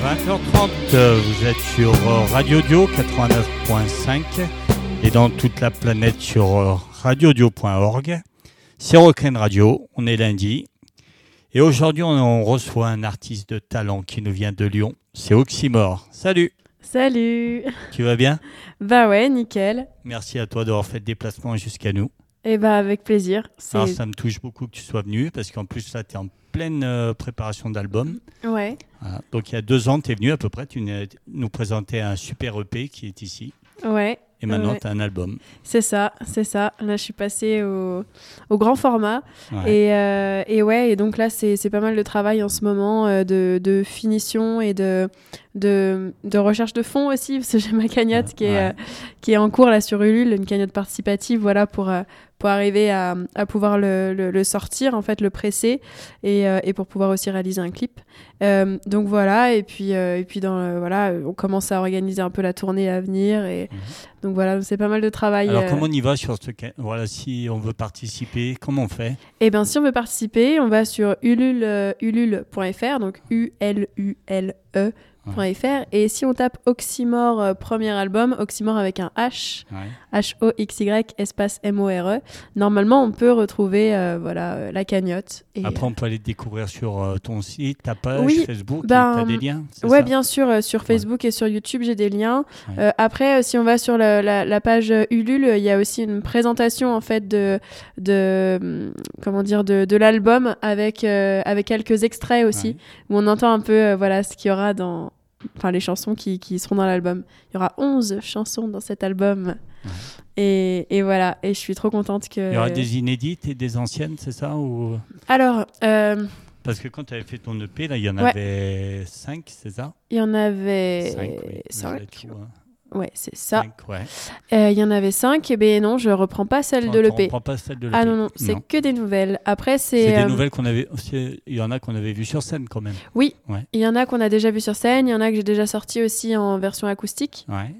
20h30, vous êtes sur Radio Dio 89.5 et dans toute la planète sur radiodio.org. C'est Rock'n Radio, on est lundi. Et aujourd'hui, on reçoit un artiste de talent qui nous vient de Lyon. C'est Oxymore. Salut! Salut! Tu vas bien? Bah ouais, nickel. Merci à toi d'avoir fait le déplacement jusqu'à nous. Et bah avec plaisir. Alors ça me touche beaucoup que tu sois venu parce qu'en plus là, tu es en pleine préparation d'album. Ouais. Voilà. Donc il y a 2 ans, tu es venu à peu près, tu nous présentais un super EP qui est ici. Ouais. Et maintenant, ouais. tu as un album. C'est ça. Là, je suis passée au grand format. Ouais. Et ouais, et donc là, c'est pas mal de travail en ce moment de finition et de recherche de fonds aussi, parce que j'ai ma cagnotte qui est en cours là sur Ulule, une cagnotte participative, voilà, pour arriver à pouvoir le sortir, en fait, le presser et pour pouvoir aussi réaliser un clip. Donc voilà, et puis voilà, on commence à organiser un peu la tournée à venir et donc voilà, c'est pas mal de travail. Alors comment on y va sur voilà, si on veut participer, comment on fait? Eh bien, si on veut participer, on va sur ulule.fr, donc ulule.fr, et si on tape Oxymore premier album, Oxymore avec un H, H-O-X-Y espace M-O-R-E, normalement on peut retrouver la cagnotte. Et après on peut aller te découvrir sur ton site, ta page, Facebook, tu as des liens? Ouais, bien sûr, sur Facebook et sur YouTube j'ai des liens. Ouais. Après, si on va sur la page Ulule, il y a aussi une présentation en fait de l'album avec quelques extraits aussi, où on entend un peu ce qu'il y aura les chansons qui seront dans l'album. Il y aura 11 chansons dans cet album. Ouais. Et voilà, et je suis trop contente que... Il y aura des inédites et des anciennes, c'est ça ou... Alors... Parce que quand tu avais fait ton EP, là, il y en avait 5, c'est ça? Il y en avait 5. Ouais, c'est ça. 5, ouais. Il y en avait 5, et ben non, je reprends pas celle de l'EP. Tu reprends pas celle de l'EP? Ah non, c'est que des nouvelles. Après, c'est des nouvelles qu'on avait... Il y en a qu'on avait vues sur scène quand même. Oui, il y en a qu'on a déjà vues sur scène, il y en a que j'ai déjà sorti aussi en version acoustique. Ouais.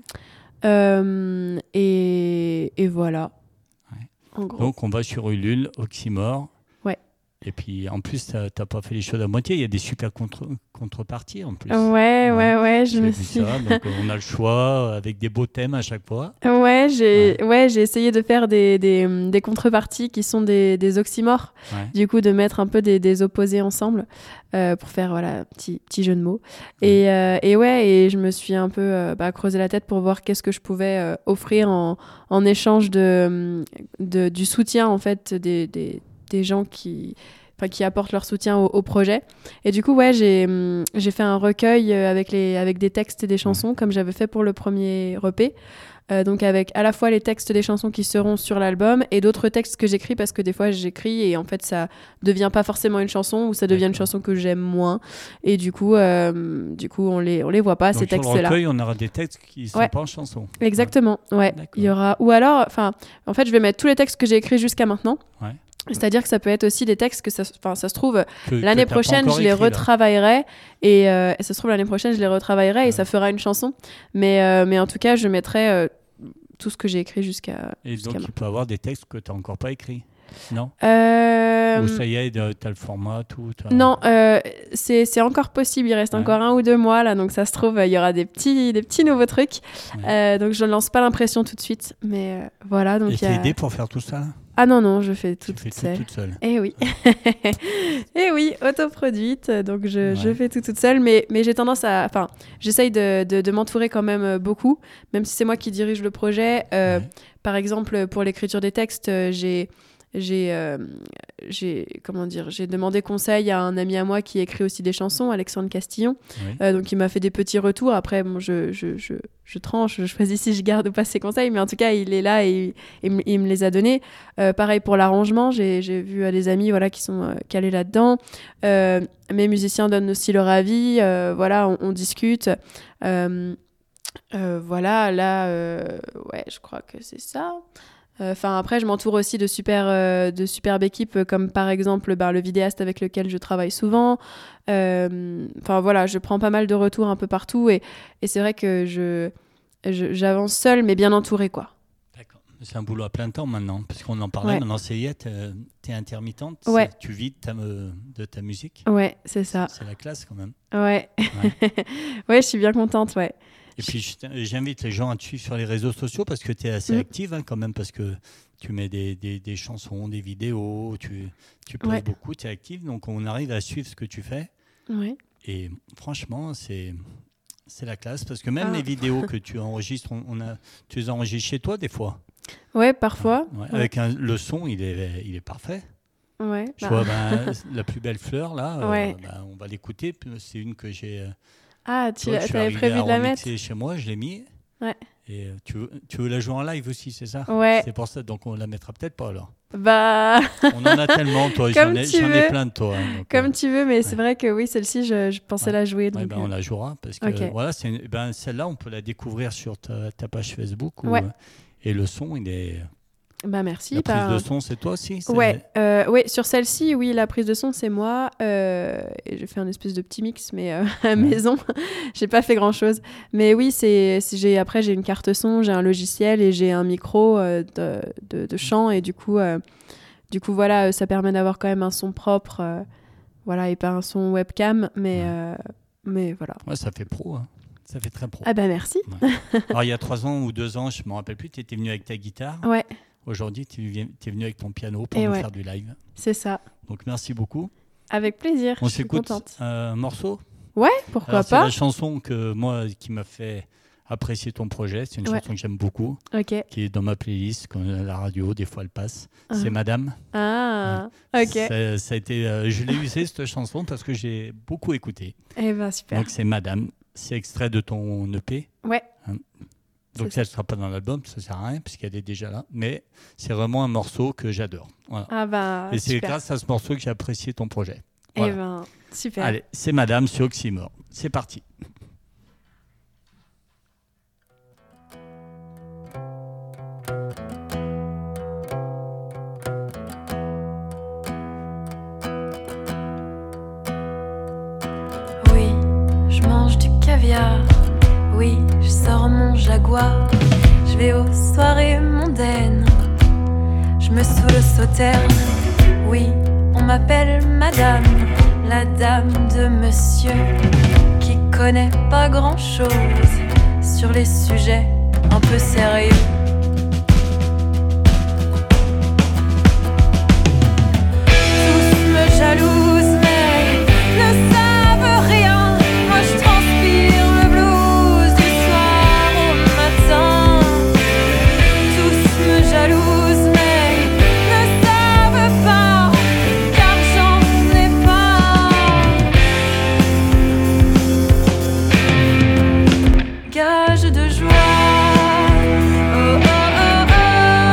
Et voilà. Ouais. En gros. Donc on va sur Ulule, Oxymore. Ouais. Et puis en plus, t'as pas fait les choses à moitié. Il y a des super contreparties en plus. Ouais. Je me suis. Ça, donc on a le choix avec des beaux thèmes à chaque fois. Ouais, j'ai essayé de faire des contreparties qui sont des oxymores. Ouais. Du coup, de mettre un peu des opposés ensemble pour faire petit jeu de mots. Et et je me suis un peu creusé la tête pour voir qu'est-ce que je pouvais offrir en échange du soutien en fait des gens qui apportent leur soutien au projet. Et du coup, j'ai fait un recueil avec des textes et des chansons, comme j'avais fait pour le premier EP. Donc avec à la fois les textes des chansons qui seront sur l'album et d'autres textes que j'écris, parce que des fois j'écris et en fait ça devient pas forcément une chanson ou ça devient une chanson que j'aime moins. Et du coup on les voit pas. Donc ces textes-là. Sur le recueil, on aura des textes qui sont pas en chanson. Exactement, ouais. Il y aura, ou alors, en fait je vais mettre tous les textes que j'ai écrits jusqu'à maintenant. Ouais. C'est-à-dire que ça peut être aussi des textes que ça se trouve l'année prochaine je les retravaillerai et ça se trouve l'année prochaine je les retravaillerai et ça fera une chanson, mais en tout cas je mettrai tout ce que j'ai écrit jusqu'à donc maintenant. Il peut y avoir des textes que tu n'as encore pas écrits, non? Ou ça y est, tu as le format, tout? Non, c'est encore possible, il reste encore 1 ou 2 mois là, donc ça se trouve il y aura des petits nouveaux trucs, donc je ne lance pas l'impression tout de suite, mais voilà. Donc et t'es aidée pour faire tout ça là? Ah non, je fais tout toute seule. Eh oui. Eh oui, autoproduite, donc je fais tout toute seule, mais j'ai tendance à... j'essaye de m'entourer quand même beaucoup, même si c'est moi qui dirige le projet. Par exemple, pour l'écriture des textes, j'ai demandé conseil à un ami à moi qui écrit aussi des chansons, Alexandre Castillon. Donc il m'a fait des petits retours. Après, bon, je tranche, je choisis si je garde ou pas ses conseils, mais en tout cas, il est là et il me les a donnés. Pareil pour l'arrangement, j'ai vu des amis qui sont calés là-dedans. Mes musiciens donnent aussi leur avis. On discute. Je crois que c'est ça. Après, je m'entoure aussi de superbes équipes, comme par exemple le vidéaste avec lequel je travaille souvent. Je prends pas mal de retours un peu partout et c'est vrai que j'avance seule, mais bien entourée, quoi. D'accord. C'est un boulot à plein temps maintenant, parce qu'on en parlait. Maintenant, c'est t'es intermittente. Ouais. Tu vis de ta musique. Ouais, c'est ça. C'est la classe quand même. Ouais. Ouais, je suis bien contente, ouais. Et puis, j'invite les gens à te suivre sur les réseaux sociaux parce que tu es assez active quand même, parce que tu mets des chansons, des vidéos, tu places beaucoup, tu es active. Donc, on arrive à suivre ce que tu fais. Ouais. Et franchement, c'est la classe parce que même les vidéos que tu enregistres, tu les enregistres chez toi des fois. Ouais, parfois. Avec le son, il est parfait. Ouais. Je vois la plus belle fleur là. On va l'écouter. C'est une que j'ai. Tu avais prévu de la mettre chez moi, je l'ai mis. Ouais. Et tu veux la jouer en live aussi, c'est ça? Ouais. C'est pour ça, donc on la mettra peut-être pas alors. On en a tellement, toi. J'en ai plein de toi. Donc, comme tu veux, mais c'est vrai que oui, celle-ci, je pensais la jouer. Donc, on la jouera parce que voilà, celle-là, on peut la découvrir sur ta page Facebook. Et le son, il est. Merci. La prise de son, c'est toi aussi? Ouais, sur celle-ci, oui, la prise de son, c'est moi. Et j'ai fait un espèce de petit mix, mais à la maison, j'ai pas fait grand-chose. Mais oui, après, j'ai une carte son, j'ai un logiciel et j'ai un micro de chant. Et du coup, voilà, ça permet d'avoir quand même un son propre, et pas un son webcam, mais voilà. Ouais, ça fait pro, hein. Ça fait très pro. Ah bah merci. Ouais. Alors, il y a 3 ans ou 2 ans, je me rappelle plus, tu étais venu avec ta guitare. Ouais. Aujourd'hui, tu es venu avec ton piano pour nous faire du live. C'est ça. Donc, merci beaucoup. Avec plaisir. On s'écoute un morceau? Ouais, pourquoi pas. C'est la chanson qui m'a fait apprécier ton projet. C'est une chanson que j'aime beaucoup, qui est dans ma playlist, quand la radio, des fois elle passe. C'est Madame. Ah, ok. Ça a été, je l'ai usée, cette chanson, parce que j'ai beaucoup écouté. Eh ben, super. Donc, c'est Madame. C'est extrait de ton EP. Ouais. Donc ça ne sera pas dans l'album, ça ne sert à rien puisqu'elle est déjà là. Mais c'est vraiment un morceau que j'adore. Voilà. Ah bah, et c'est grâce à ce morceau que j'ai apprécié ton projet. Voilà. Eh ben, super. Allez, c'est Madame sur Oxymore. C'est parti. Oui, je mange du caviar. Oui, je sors mon Jaguar, je vais aux soirées mondaines, je me saoule au sauterne. Oui, on m'appelle Madame, la dame de monsieur, qui connaît pas grand-chose sur les sujets un peu sérieux. Tous me jalousent, mais ne savent rien. Moi je transpire le blues du soir au matin. Tous me jalousent, mais ne savent pas, car j'en ai pas. Gage de joie. Oh, oh, oh, oh.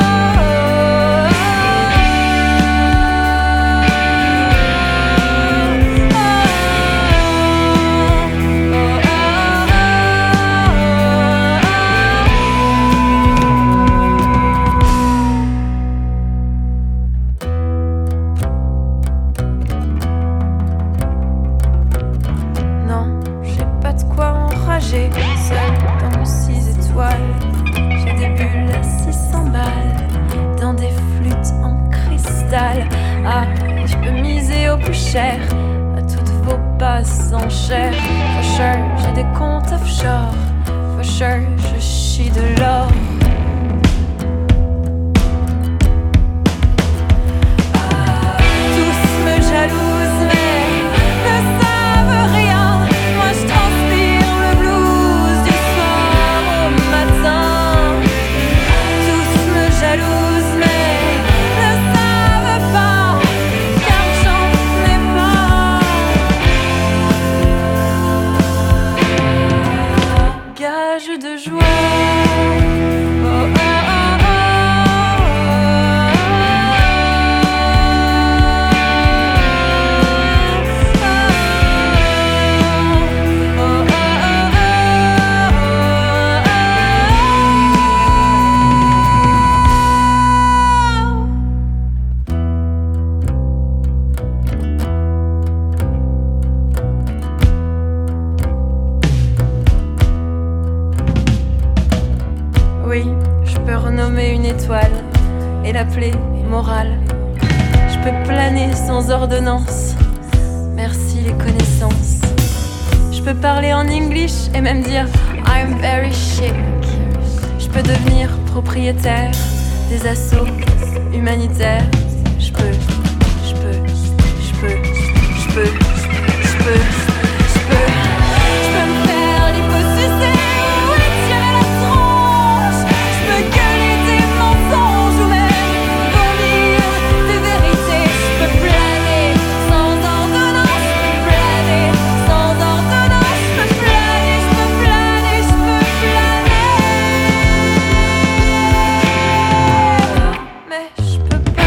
Non, j'ai pas de quoi enrager, seul dans mon 6 étoiles. J'ai des bulles à 600 balles, dans des flûtes en cristal. Ah, je peux miser au plus cher, à toutes vos passes en chair. For sure, j'ai des comptes offshore, for sure, je chie de l'or. Tous me jalousent, mais ne savent rien. Moi je transpire le blues du soir au matin. Tous me jalousent, mais ne savent pas, car j'en ai pas. Gage de joie. Oh, oh, oh, oh. nommer une étoile et l'appeler morale. Je peux planer sans ordonnance, merci les connaissances. Je peux parler en English et même dire I'm very chic. Je peux devenir propriétaire des assauts humanitaires. Je peux me faire l'hyposucer ou étirer la tronche. Je peux gueuler des mensonges ou même vomir des vérités. Je peux planer sans ordonnance, je peux planer sans ordonnance. Je peux planer, je peux planer, je peux planer. Mais je peux pas.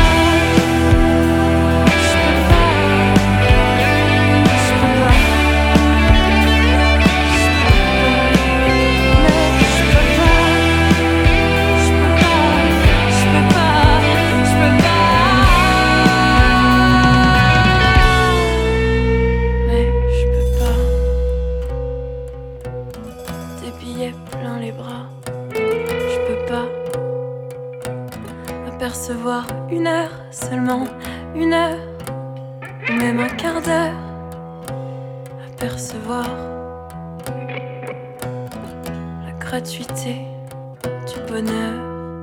Apercevoir une heure, seulement une heure, ou même un quart d'heure. Apercevoir la gratuité du bonheur.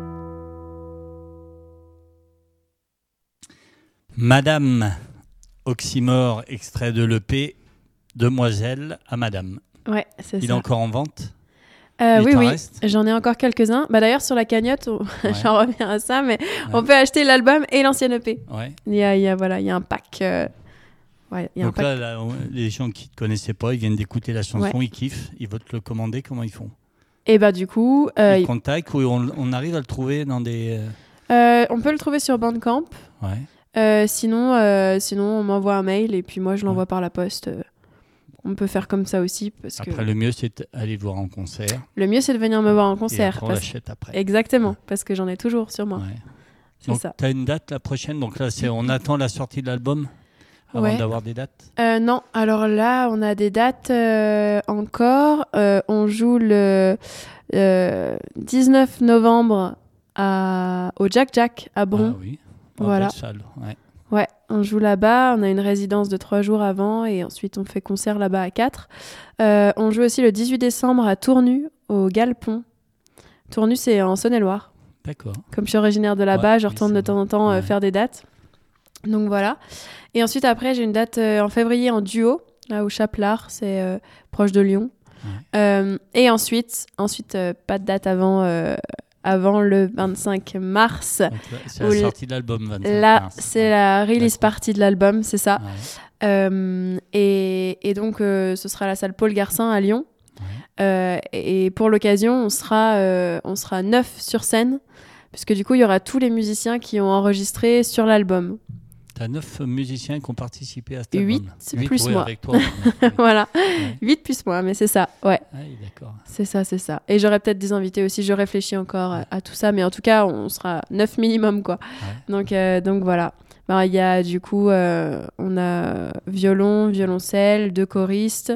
Madame, oxymore, extrait de l'EP, Demoiselle à Madame. Ouais, c'est ça. Il est encore en vente? Oui, j'en ai encore quelques-uns. D'ailleurs, sur la cagnotte, j'en reviens à ça, mais on peut acheter l'album et l'ancienne EP. Ouais. Il y a un pack. Donc là, les gens qui ne te connaissaient pas, ils viennent d'écouter la chanson, ils kiffent, ils veulent te le commander, comment ils font? Et du coup... ils contactent ou on arrive à le trouver dans des... on peut le trouver sur Bandcamp. Ouais. Sinon, on m'envoie un mail et puis moi, je l'envoie par la poste. On peut faire comme ça aussi. Après, le mieux, c'est d'aller voir en concert. Le mieux, c'est de venir me voir en concert. Et après, on l'achète après. Exactement, parce que j'en ai toujours sur moi. Ouais. C'est donc, tu as une date la prochaine? Donc là, on attend la sortie de l'album avant d'avoir des dates? Non, alors là, on a des dates encore. On joue le 19 novembre au Jack Jack à Bron. Ah oui, voilà. Belle salle, Ouais, on joue là-bas, on a une résidence de 3 jours avant et ensuite on fait concert là-bas à 4. On joue aussi le 18 décembre à Tournu, au Galpon. Tournu, c'est en Saône-et-Loire. D'accord. Comme je suis originaire de là-bas, je retourne de temps en temps faire des dates. Donc voilà. Et ensuite, après, j'ai une date en février en duo, là au Chaplard, c'est proche de Lyon. Ouais. Et ensuite pas de date avant le 25 mars. C'est la sortie de l'album, 25 là, mars. C'est la release party de l'album, c'est ça. Ouais. Et donc, ce sera la salle Paul Garcin à Lyon. Ouais. Et pour l'occasion, on sera 9 sur scène, puisque du coup, il y aura tous les musiciens qui ont enregistré sur l'album. Tu as 9 musiciens qui ont participé à cet album. 8 plus moi. Avec toi. Voilà, 8 plus moi, mais c'est ça, ouais. Ah oui, d'accord. C'est ça. Et j'aurai peut-être des invités aussi, je réfléchis encore à tout ça, mais en tout cas, on sera 9 minimum, quoi. Ouais. Donc voilà. Il y a du coup, on a violon, violoncelle, 2 choristes,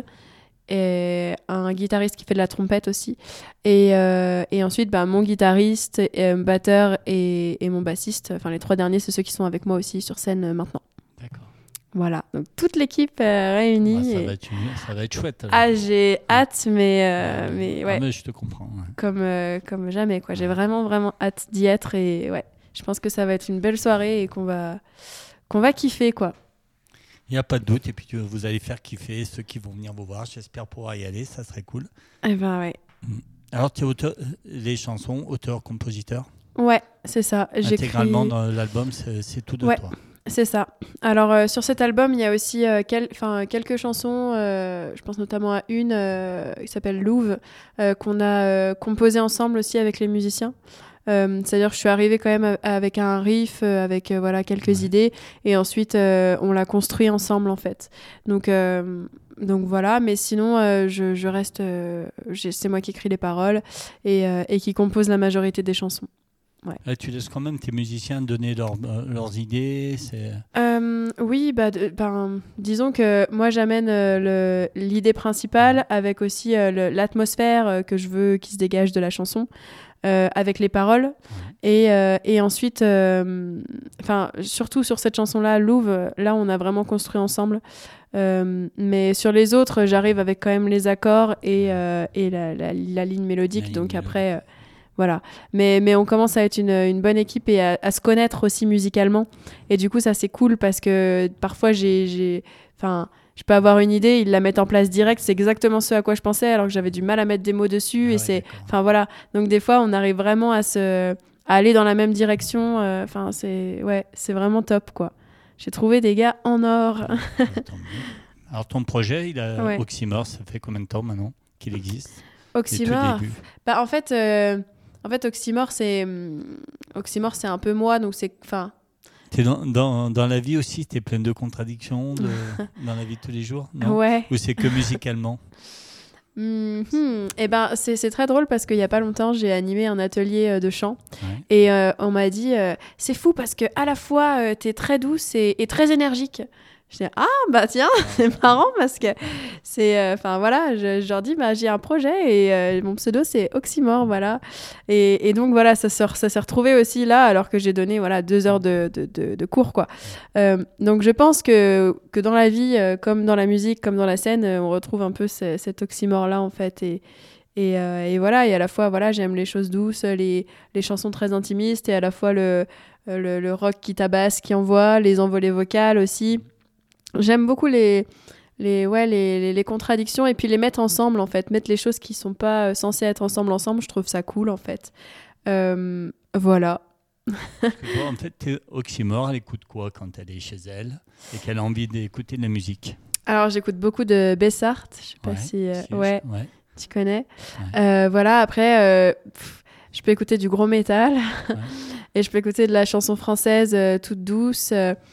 et un guitariste qui fait de la trompette aussi. Et ensuite, mon guitariste, batteur et mon bassiste, enfin les 3 derniers, c'est ceux qui sont avec moi aussi sur scène maintenant. D'accord. Voilà, donc toute l'équipe réunie. Ça va être chouette. Alors. Ah, j'ai hâte, mais ouais. Mais je te comprends. Ouais. Comme jamais, quoi. J'ai vraiment hâte d'y être et ouais, je pense que ça va être une belle soirée et qu'on va kiffer, quoi. Il n'y a pas de doute, et puis vous allez faire kiffer ceux qui vont venir vous voir. J'espère pouvoir y aller, ça serait cool. Eh ben ouais. Alors, tu es auteur, les chansons, auteur, compositeur? Ouais, c'est ça. Intégralement dans l'album, c'est tout de toi. C'est ça. Alors, sur cet album, il y a aussi quelques chansons, je pense notamment à une qui s'appelle Louvre, qu'on a composée ensemble aussi avec les musiciens. C'est-à-dire que je suis arrivée quand même avec un riff, avec quelques idées, et ensuite on l'a construit ensemble en fait. Donc voilà, mais sinon je reste, c'est moi qui écris les paroles et qui compose la majorité des chansons. Ouais. Tu laisses quand même tes musiciens donner leurs idées. Oui, disons que moi j'amène l'idée principale avec aussi l'atmosphère que je veux qui se dégage de la chanson, avec les paroles. Et ensuite, surtout sur cette chanson-là, Louvre, là on a vraiment construit ensemble. Mais sur les autres, j'arrive avec quand même les accords et la ligne mélodique. Donc après... Voilà, mais on commence à être une bonne équipe et à se connaître aussi musicalement. Et du coup, ça c'est cool parce que parfois je peux avoir une idée, ils la mettent en place direct, c'est exactement ce à quoi je pensais alors que j'avais du mal à mettre des mots dessus. Voilà. Donc des fois, on arrive vraiment à aller dans la même direction. C'est vraiment top, quoi. J'ai trouvé des gars en or. Alors ton projet, Oxymore, ça fait combien de temps maintenant qu'il existe? Oxymore, en fait, Oxymore, c'est un peu moi, donc c'est... T'es dans la vie aussi, t'es pleine de contradictions dans la vie de tous les jours, non? Ouais. Ou c'est que musicalement? Eh ben, c'est très drôle parce qu'il n'y a pas longtemps, j'ai animé un atelier de chant. Et on m'a dit, c'est fou parce que à la fois, t'es très douce et très énergique. Je dis, tiens, c'est marrant parce que c'est... je leur dis, j'ai un projet et mon pseudo, c'est Oxymore, voilà. Et donc, voilà, ça s'est retrouvé aussi là, alors que j'ai donné 2 heures de cours, quoi. Donc, je pense que dans la vie, comme dans la musique, comme dans la scène, on retrouve un peu cet oxymore-là, en fait. Et voilà, et à la fois, j'aime les choses douces, les chansons très intimistes, et à la fois le rock qui tabasse, qui envoie, les envolées vocales aussi. J'aime beaucoup les contradictions et puis les mettre ensemble, en fait. Mettre les choses qui sont pas censées être ensemble, je trouve ça cool, en fait. Voilà. En fait, Oxymore, elle écoute quoi quand elle est chez elle et qu'elle a envie d'écouter de la musique? Alors, j'écoute beaucoup de Bessart. Je sais pas si tu connais. Voilà, après, je peux écouter du gros métal et je peux écouter de la chanson française toute douce.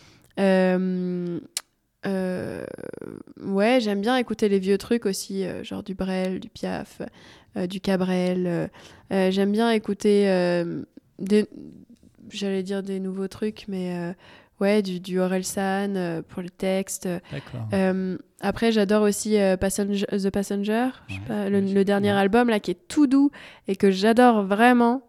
J'aime bien écouter les vieux trucs aussi, genre du Brel, du Piaf, du Cabrel. J'aime bien écouter j'allais dire des nouveaux trucs, mais du Orelsan pour les textes. D'accord. Après, j'adore aussi The Passenger, je sais pas, le dernier album là qui est tout doux et que j'adore vraiment.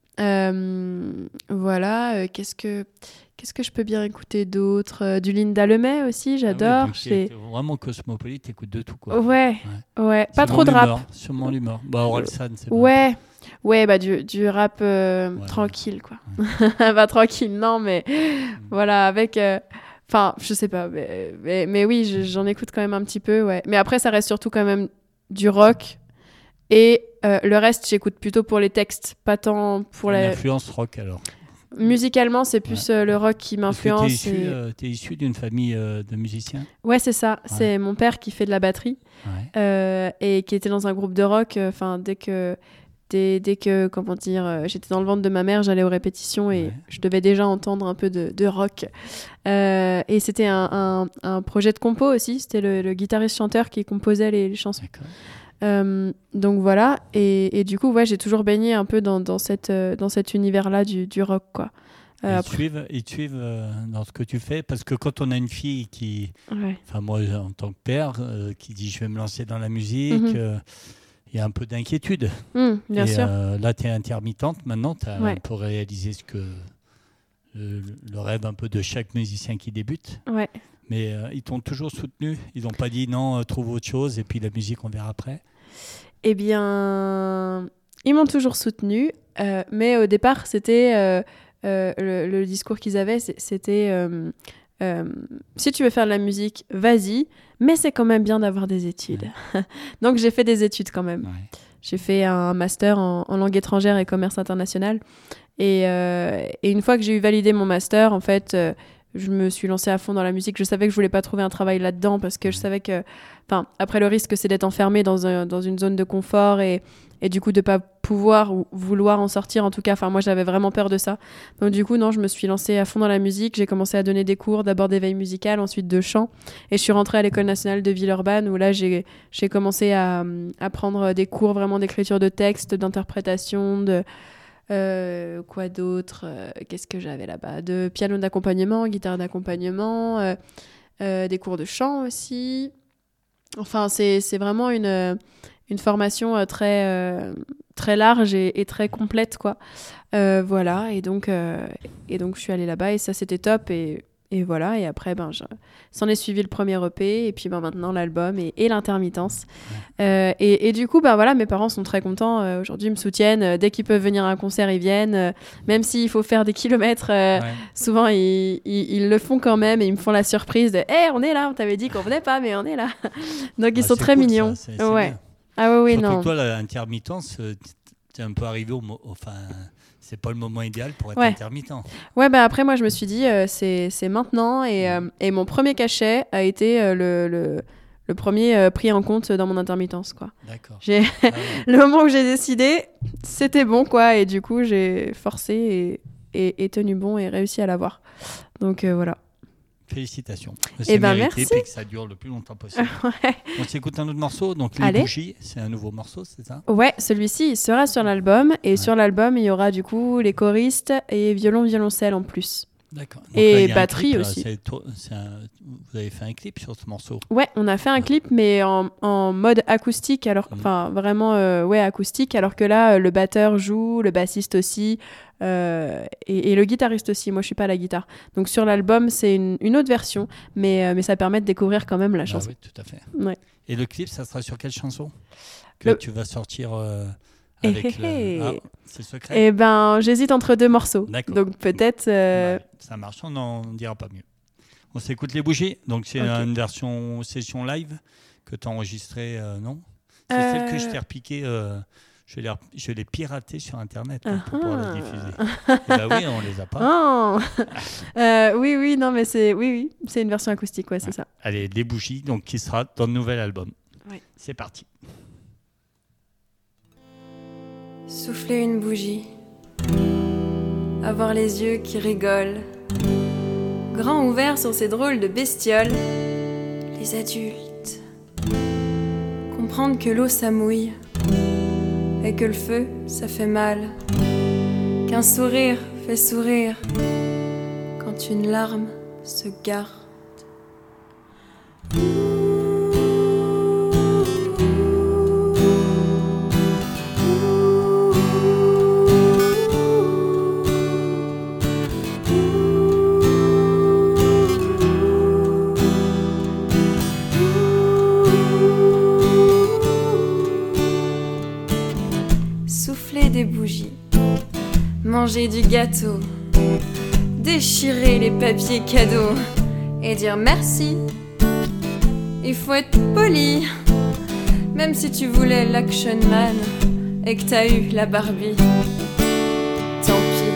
Qu'est-ce que je peux bien écouter d'autre? Du Linda Lemay aussi, j'adore. C'est vraiment cosmopolite, t'écoutes de tout, quoi. Ouais. Pas trop de rap. Sûrement l'humeur. Orelsan, c'est du rap tranquille, quoi. Pas tranquille, non, mais voilà, avec... je sais pas, mais oui, j'en écoute quand même un petit peu, ouais. Mais après, ça reste surtout quand même du rock. Et le reste, j'écoute plutôt pour les textes, pas tant pour l'influence rock, alors. Musicalement, c'est plus le rock qui m'influence. T'es issu d'une famille de musiciens? Ouais, c'est ça. Ouais. C'est mon père qui fait de la batterie et qui était dans un groupe de rock. Dès que j'étais dans le ventre de ma mère, j'allais aux répétitions et je devais déjà entendre un peu de rock. Et c'était un projet de compo aussi. C'était le guitariste-chanteur qui composait les chansons. D'accord. Donc voilà, et du coup j'ai toujours baigné un peu dans cet univers-là du rock, quoi. Ils te suivent dans ce que tu fais, parce que quand on a une fille qui, moi en tant que père, qui dit je vais me lancer dans la musique, il y a un peu d'inquiétude. Bien sûr. Là tu es intermittente, maintenant tu as un peu réalisé ce que le rêve un peu de chaque musicien qui débute. Ouais. Mais ils t'ont toujours soutenu? Ils n'ont pas dit non, trouve autre chose et puis la musique, on verra après? Eh bien, ils m'ont toujours soutenu. Mais au départ, c'était le discours qu'ils avaient, c'était si tu veux faire de la musique, vas-y, mais c'est quand même bien d'avoir des études. Donc j'ai fait des études quand même. J'ai fait un master en langue étrangère et commerce international. Et une fois que j'ai eu validé mon master, en fait... je me suis lancée à fond dans la musique. Je savais que je voulais pas trouver un travail là-dedans parce que je savais que... après, le risque, c'est d'être enfermé dans une zone de confort et du coup, de pas pouvoir ou vouloir en sortir, en tout cas. Moi, j'avais vraiment peur de ça. Donc, du coup, non, je me suis lancée à fond dans la musique. J'ai commencé à donner des cours, d'abord d'éveil musical, ensuite de chant. Et je suis rentrée à l'École nationale de Villeurbanne où là, j'ai commencé à prendre des cours vraiment d'écriture de texte, d'interprétation, Quoi d'autre Qu'est-ce que j'avais là-bas? De piano d'accompagnement, guitare d'accompagnement, des cours de chant aussi. Enfin, c'est vraiment une formation très large et très complète, quoi. Voilà, et donc je suis allée là-bas et ça, c'était top. Et voilà, et après, s'en est suivi le premier EP, et puis maintenant l'album et l'intermittence. Et du coup, voilà, mes parents sont très contents. Aujourd'hui, ils me soutiennent. Dès qu'ils peuvent venir à un concert, ils viennent. Même s'il faut faire des kilomètres, souvent, ils le font quand même, et ils me font la surprise de « Hey, on est là, on t'avait dit qu'on venait pas, mais on est là !» Donc, ils sont très mignons. Ça, c'est bien. Ah oui, surtout non. Que toi, l'intermittence, t'es un peu arrivé enfin... C'est pas le moment idéal pour être intermittent. Ouais, après, moi, je me suis dit, c'est maintenant. Et mon premier cachet a été le premier pris en compte dans mon intermittence, quoi. D'accord. Le moment où j'ai décidé, c'était bon, quoi. Et du coup, j'ai forcé et tenu bon et réussi à l'avoir. Donc, voilà. Félicitations. C'est mérité, merci. Et que ça dure le plus longtemps possible. On s'écoute un autre morceau. Donc, Les Bougies, c'est un nouveau morceau, c'est ça? Ouais, celui-ci, il sera sur l'album. Et sur l'album, il y aura du coup les choristes et violoncelle en plus. D'accord. Donc et là, batterie clip, aussi. Vous avez fait un clip sur ce morceau? Ouais, on a fait un clip, mais en mode acoustique. Enfin, vraiment, acoustique. Alors que là, le batteur joue, le bassiste aussi. Et le guitariste aussi, moi je suis pas à la guitare. Donc sur l'album c'est une autre version, mais ça permet de découvrir quand même la chanson. Oui, tout à fait. Ouais. Et le clip, ça sera sur quelle chanson que tu vas sortir avec c'est secret? Eh ben, j'hésite entre deux morceaux. D'accord. Donc peut-être... Ça marche, on n'en dira pas mieux. On s'écoute Les Bougies, donc c'est une version session live que tu as enregistrée, non? C'est celle que je t'ai repiquée... Je l'ai piraté sur Internet pour pouvoir la diffuser. Oui, on les a pas. Oui, non, mais c'est une version acoustique, c'est ça. Allez, Les Bougies, donc qui sera dans le nouvel album. Ouais. C'est parti. Souffler une bougie, avoir les yeux qui rigolent, grands ouverts sur ces drôles de bestioles, les adultes, comprendre que l'eau ça mouille. Et que le feu, ça fait mal, qu'un sourire fait sourire, quand une larme se garde. Des bougies, manger du gâteau, déchirer les papiers cadeaux et dire merci. Il faut être poli, même si tu voulais l'Action Man et que t'as eu la Barbie. Tant pis.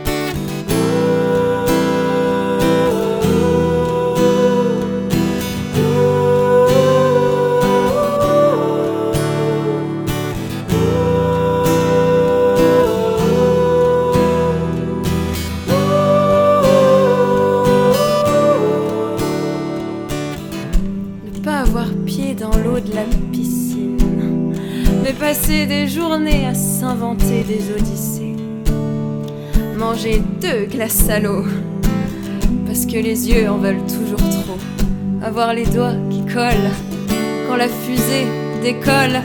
Passer des journées à s'inventer des odyssées, manger 2 glaces à l'eau parce que les yeux en veulent toujours trop, avoir les doigts qui collent quand la fusée décolle.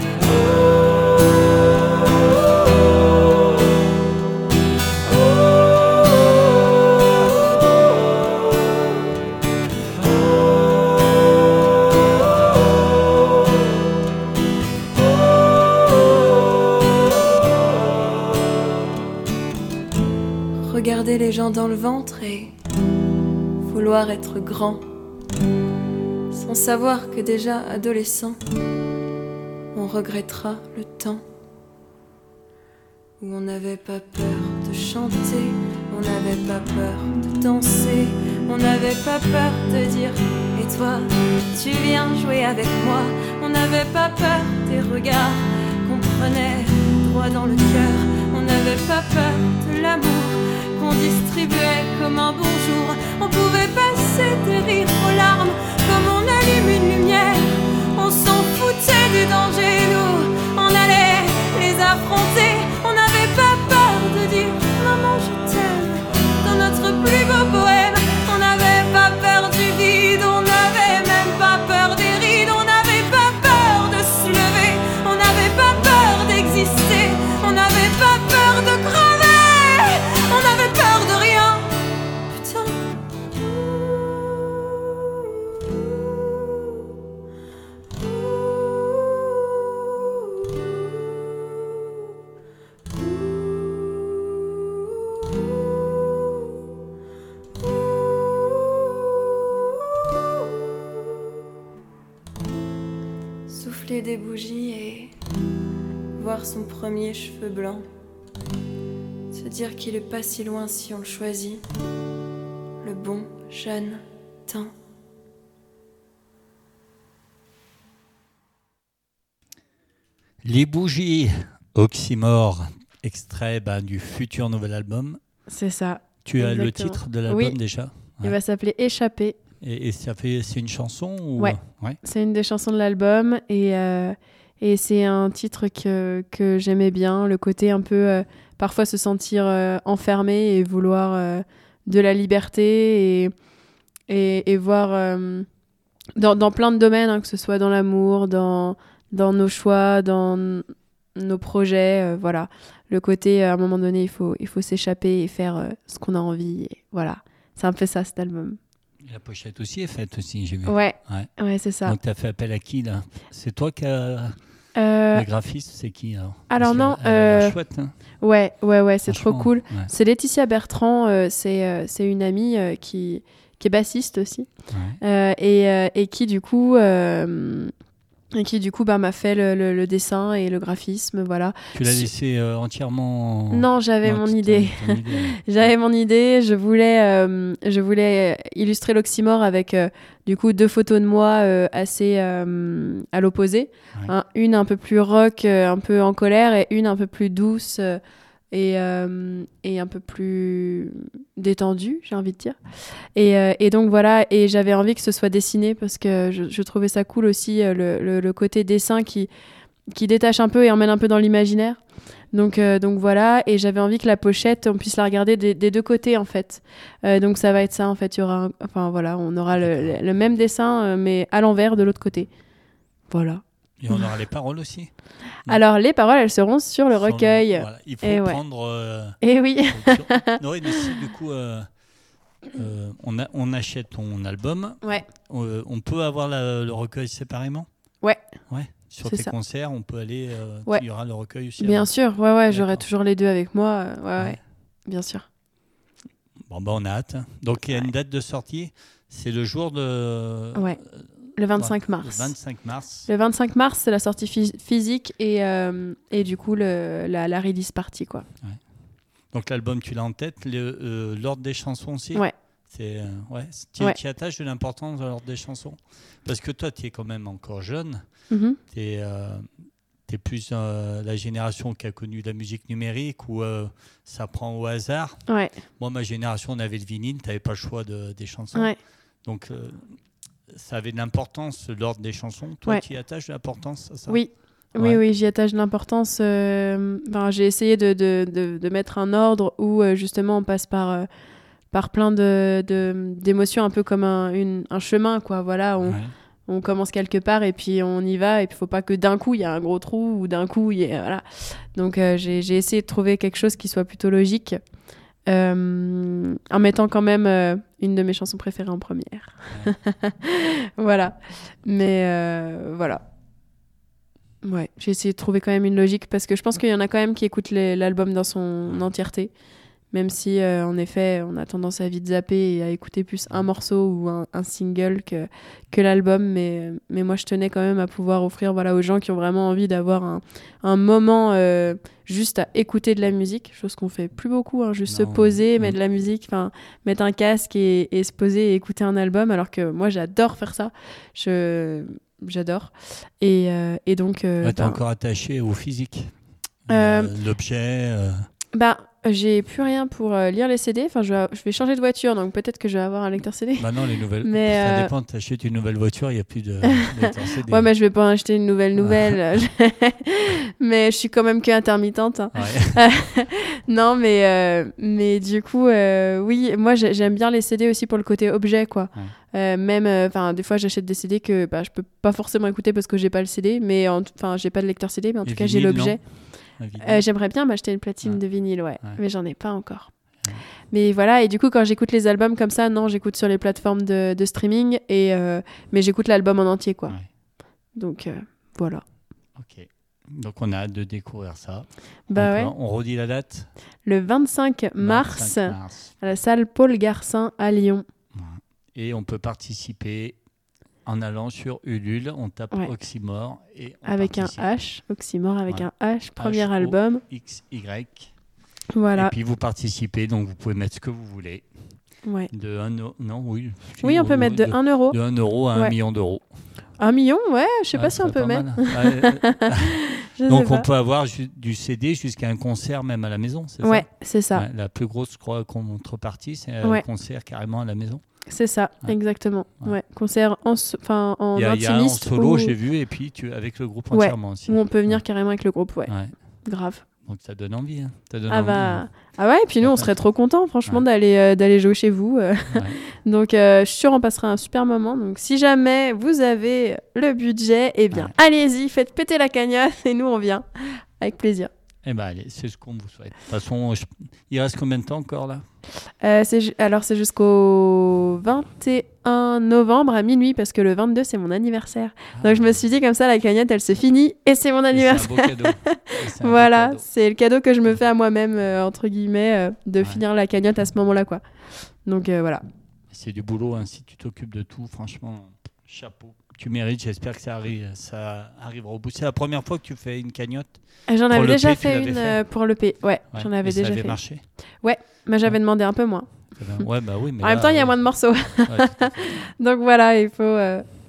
Regarder les gens dans le ventre et vouloir être grand, sans savoir que déjà adolescent, on regrettera le temps où on n'avait pas peur de chanter, on n'avait pas peur de danser, on n'avait pas peur de dire « Et toi, tu viens jouer avec moi ?» On n'avait pas peur des regards qu'on prenait droit dans le cœur, on n'avait pas peur de l'amour qu'on distribuait comme un bonjour. On pouvait passer des rires aux larmes comme on allume une lumière. On s'en foutait du danger, nous, on allait les affronter. On n'avait pas peur de dire des bougies et voir son premier cheveu blanc. Se dire qu'il est pas si loin si on le choisit. Le bon jeune temps. Les bougies, Oxymore, extrait du futur nouvel album. C'est ça. Tu as le titre de l'album déjà? Ouais. Il va s'appeler Échappé. Et c'est une chanson ou... Ouais, c'est une des chansons de l'album et c'est un titre que j'aimais bien, le côté un peu parfois se sentir enfermé et vouloir de la liberté et voir dans plein de domaines, hein, que ce soit dans l'amour, dans nos choix, dans nos projets, voilà. Le côté, à un moment donné, il faut s'échapper et faire ce qu'on a envie. Et voilà, c'est un peu ça, cet album. La pochette aussi est faite aussi, j'ai vu. Ouais, c'est ça. Donc, tu as fait appel à qui, là? C'est toi qui as... Le graphiste, c'est qui, alors non, chouette, hein. Ouais, c'est trop cool. Ouais. C'est Laetitia Bertrand, c'est une amie qui est bassiste aussi, et qui du coup m'a fait le dessin et le graphisme, voilà. Tu l'as laissé entièrement... Non, j'avais mon idée. J'avais mon idée. Je voulais illustrer l'oxymore avec du coup 2 photos de moi assez à l'opposé. Ouais. Une un peu plus rock, un peu en colère, et une un peu plus douce et un peu plus détendue, j'ai envie de dire. Et donc voilà, et j'avais envie que ce soit dessiné parce que je trouvais ça cool aussi, le côté dessin qui détache un peu et emmène un peu dans l'imaginaire. Donc voilà, et j'avais envie que la pochette, on puisse la regarder des 2 côtés en fait. Donc ça va être ça en fait, il y aura on aura le même dessin mais à l'envers de l'autre côté. Voilà. Et on aura les paroles aussi. Alors les paroles, elles seront sur le recueil. Voilà. Il faut prendre... Et oui. Non, mais si du coup on achète ton album, on peut avoir le recueil séparément? Ouais. Sur tes concerts, on peut aller... il y aura le recueil aussi. Bien sûr, j'aurai toujours les 2 avec moi. Bien sûr. Bon, on a hâte. Donc il y a une date de sortie, c'est le jour de... Le 25 mars. Le 25 mars. Le 25 mars, c'est la sortie physique et du coup la release party, quoi. Ouais. Donc l'album, tu l'as en tête, l'ordre des chansons aussi. Ouais. Tu attaches de l'importance de l'ordre des chansons parce que toi, tu es quand même encore jeune. Mm-hmm. Tu es plus la génération qui a connu la musique numérique où ça prend au hasard. Ouais. Moi, ma génération, on avait le vinyle, tu n'avais pas le choix des chansons. Ouais. Donc ça avait de l'importance, l'ordre des chansons. Toi, tu y attaches de l'importance à ça? Oui. Oui, j'y attache de l'importance. J'ai essayé de mettre un ordre où justement on passe par plein d'émotions, un peu comme un chemin, quoi. Voilà, on commence quelque part et puis on y va, et puis il ne faut pas que d'un coup il y a un gros trou ou d'un coup il y a... Voilà. Donc j'ai essayé de trouver quelque chose qui soit plutôt logique. En mettant quand même une de mes chansons préférées en première. Voilà. Mais voilà. Ouais, j'ai essayé de trouver quand même une logique parce que je pense qu'il y en a quand même qui écoutent l'album dans son entièreté. Même si, en effet, on a tendance à vite zapper et à écouter plus un morceau ou un single que l'album. Mais moi, je tenais quand même à pouvoir offrir aux gens qui ont vraiment envie d'avoir un moment juste à écouter de la musique. Chose qu'on fait plus beaucoup, hein, juste se poser, mettre de la musique, mettre un casque et se poser et écouter un album. Alors que moi, j'adore faire ça. J'adore. Et donc... t'es encore attaché au physique, l'objet... j'ai plus rien pour lire les CD. Enfin, je vais changer de voiture, donc peut-être que je vais avoir un lecteur CD. Non, les nouvelles. Mais ça dépend. T'achètes une nouvelle voiture, il n'y a plus de lecteur CD. Ouais, mais je vais pas en acheter une nouvelle. Mais je suis quand même que intermittente. Hein. Ouais. Non, mais du coup, oui, moi j'aime bien les CD aussi pour le côté objet, quoi. Ouais. Même, des fois j'achète des CD que je peux pas forcément écouter parce que j'ai pas le CD, mais j'ai pas de lecteur CD, mais en tout cas j'ai l'objet. J'aimerais bien m'acheter une platine de vinyle, mais j'en ai pas encore. Ouais. Mais voilà, et du coup, quand j'écoute les albums comme ça, non, j'écoute sur les plateformes de streaming, mais j'écoute l'album en entier, quoi. Ouais. Donc, voilà. Ok. Donc, on a hâte de découvrir ça. On redit la date ? Le 25 mars, à la salle Paul Garcin à Lyon. Et on peut participer en allant sur Ulule, on tape Oxymore et on avec participe. un H, Oxymore avec un H, premier album. XY. Voilà. Et puis vous participez, donc vous pouvez mettre ce que vous voulez. Ouais. De 1 euro. Non, oui. Oui, on peut mettre de 1 euro. De 1 euro à 1 million d'euros. 1 million, ouais, je sais pas si on peut mettre. Donc on peut avoir du CD jusqu'à un concert même à la maison, c'est ça? Ouais, c'est ça. Ouais, la plus grosse, je crois, contrepartie, c'est un concert carrément à la maison. C'est ça, exactement. Ouais. Concert en intimiste. Il y a en solo, j'ai vu, et puis avec le groupe entièrement aussi. Où on peut venir carrément avec le groupe, grave. Donc ça donne envie. Ah ouais, et puis nous on serait trop contents franchement d'aller jouer chez vous. Donc je suis sûre on passera un super moment. Donc si jamais vous avez le budget, eh bien allez-y, faites péter la cagnotte et nous on vient avec plaisir. Eh ben allez, c'est ce qu'on vous souhaite. De toute façon, il reste combien de temps encore là? C'est jusqu'au 21 novembre à minuit parce que le 22 c'est mon anniversaire. Donc je me suis dit comme ça la cagnotte elle se finit et c'est mon anniversaire. C'est un beau cadeau. Voilà, c'est le cadeau que je me fais à moi-même entre guillemets de finir la cagnotte à ce moment-là quoi. Donc voilà. C'est du boulot si tu t'occupes de tout, franchement, chapeau. Tu mérites, j'espère que ça arrivera au bout. C'est la première fois que tu fais une cagnotte? J'en avais déjà fait une pour l'EP. Ouais, j'en avais déjà fait. Ça avait marché? Ouais, mais j'avais demandé un peu moins. Ouais, bah oui, mais en même temps, il y a moins de morceaux. Donc voilà, il faut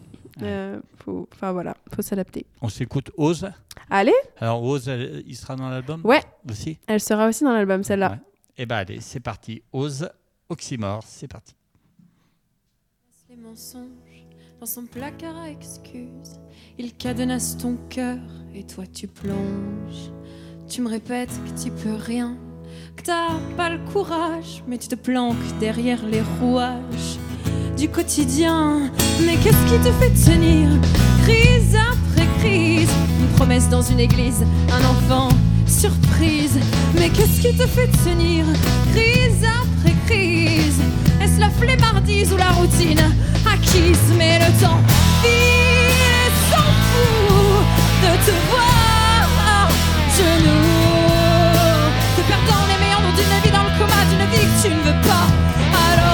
s'adapter. On s'écoute Ose. Allez. Alors Ose, il sera dans l'album? Ouais. Aussi. Elle sera aussi dans l'album, celle-là. Ouais. Et ben allez, c'est parti. Ose, Oxymore, c'est parti. Les mensonges dans son placard à excuses, il cadenasse ton cœur et toi tu plonges. Tu me répètes que tu peux rien, que t'as pas le courage, mais tu te planques derrière les rouages du quotidien. Mais qu'est-ce qui te fait tenir, crise après crise? Une promesse dans une église, un enfant surprise. Mais qu'est-ce qui te fait tenir, crise après crise? Est-ce la flemmardise ou la routine acquise? Mais le temps il s'en fout de te voir à genoux, te perdant les méandres d'une vie dans le coma, d'une vie que tu ne veux pas. Alors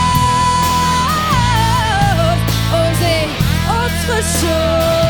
oser autre chose.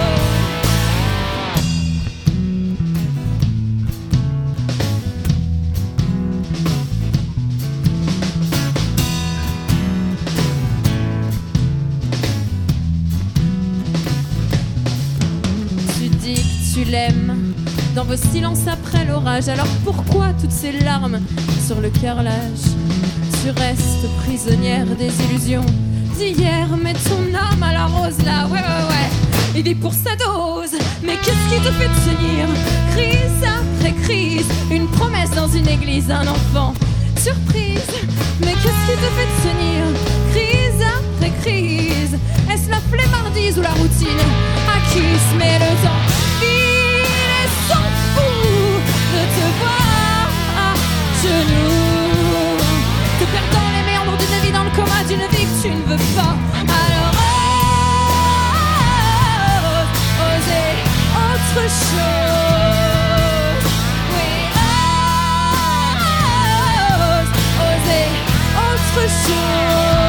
Tu l'aimes dans vos silences après l'orage. Alors pourquoi toutes ces larmes sur le carrelage? Tu restes prisonnière des illusions d'hier, mais ton âme à la rose là, ouais. Il vit pour sa dose. Mais qu'est-ce qui te fait tenir, crise après crise? Une promesse dans une église, un enfant surprise. Mais qu'est-ce qui te fait tenir, crise après crise? Est-ce la flemmardise ou la routine acquise? Mais le temps il s'en fout de te voir à genoux, te perdant les méandres d'une vie dans le coma, d'une vie que tu ne veux pas. Alors oser autre chose. Oui, oser autre chose.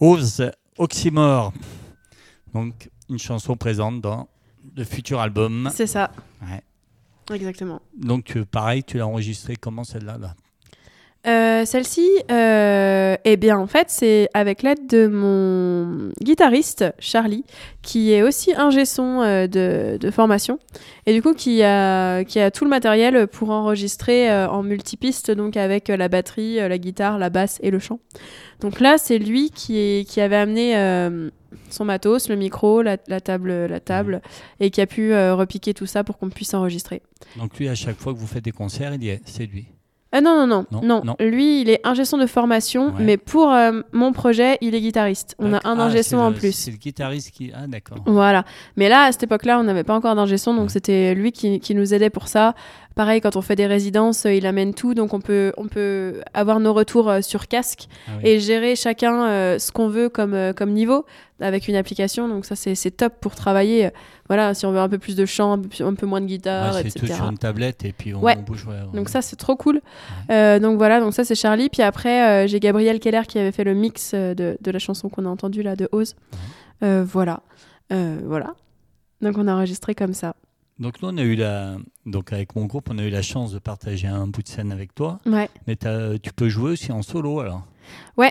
Ose Oxymore. Donc, une chanson présente dans le futur album. C'est ça. Ouais. Exactement. Donc, pareil, tu l'as enregistrée comment celle-là là Celle-ci, eh bien, en fait, c'est avec l'aide de mon guitariste, Charlie, qui est aussi ingé son de formation, et du coup, qui a tout le matériel pour enregistrer en multipiste, donc avec la batterie, la guitare, la basse et le chant. Donc là, c'est lui qui avait amené son matos, le micro, la table, et qui a pu repiquer tout ça pour qu'on puisse enregistrer. Donc lui, à chaque fois que vous faites des concerts, c'est lui. Non. Lui, il est ingé son de formation, mais pour mon projet, il est guitariste. On a un ingé son en plus. C'est le guitariste qui... Ah, d'accord. Voilà. Mais là, à cette époque-là, on n'avait pas encore d'ingé son, donc c'était lui qui nous aidait pour ça. Pareil, quand on fait des résidences, il amène tout, donc on peut avoir nos retours sur casque et gérer chacun ce qu'on veut comme niveau avec une application. Donc ça, c'est top pour travailler. Voilà, si on veut un peu plus de chant, un peu moins de guitare, c'est etc. tout sur une tablette et puis on bouge. Donc ça, c'est trop cool. Donc voilà, donc ça, c'est Charlie. Puis après, j'ai Gabriel Keller qui avait fait le mix de la chanson qu'on a entendue là, de Ose. Voilà. Donc on a enregistré comme ça. Donc nous, donc avec mon groupe, on a eu la chance de partager un bout de scène avec toi. Ouais. Mais tu peux jouer aussi en solo alors. Ouais,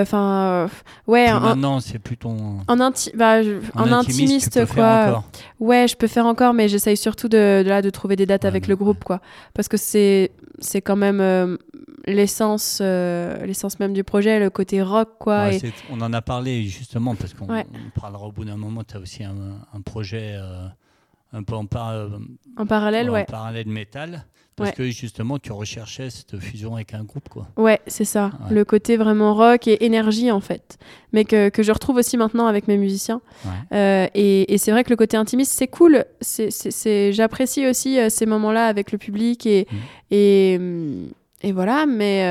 maintenant, c'est plutôt en intimiste quoi. Ouais, je peux faire encore, mais j'essaye surtout de trouver des dates avec le groupe quoi, parce que c'est quand même l'essence même du projet, le côté rock quoi. Ouais, on en a parlé justement parce qu'on parlera au bout d'un moment. Tu as aussi un projet un peu en parallèle, en parallèle métal. Parce que justement, tu recherchais cette fusion avec un groupe, quoi. Ouais, c'est ça. Ouais. Le côté vraiment rock et énergie, en fait. Mais que je retrouve aussi maintenant avec mes musiciens. Ouais. Et c'est vrai que le côté intimiste, c'est cool. J'apprécie aussi ces moments-là avec le public. Et voilà,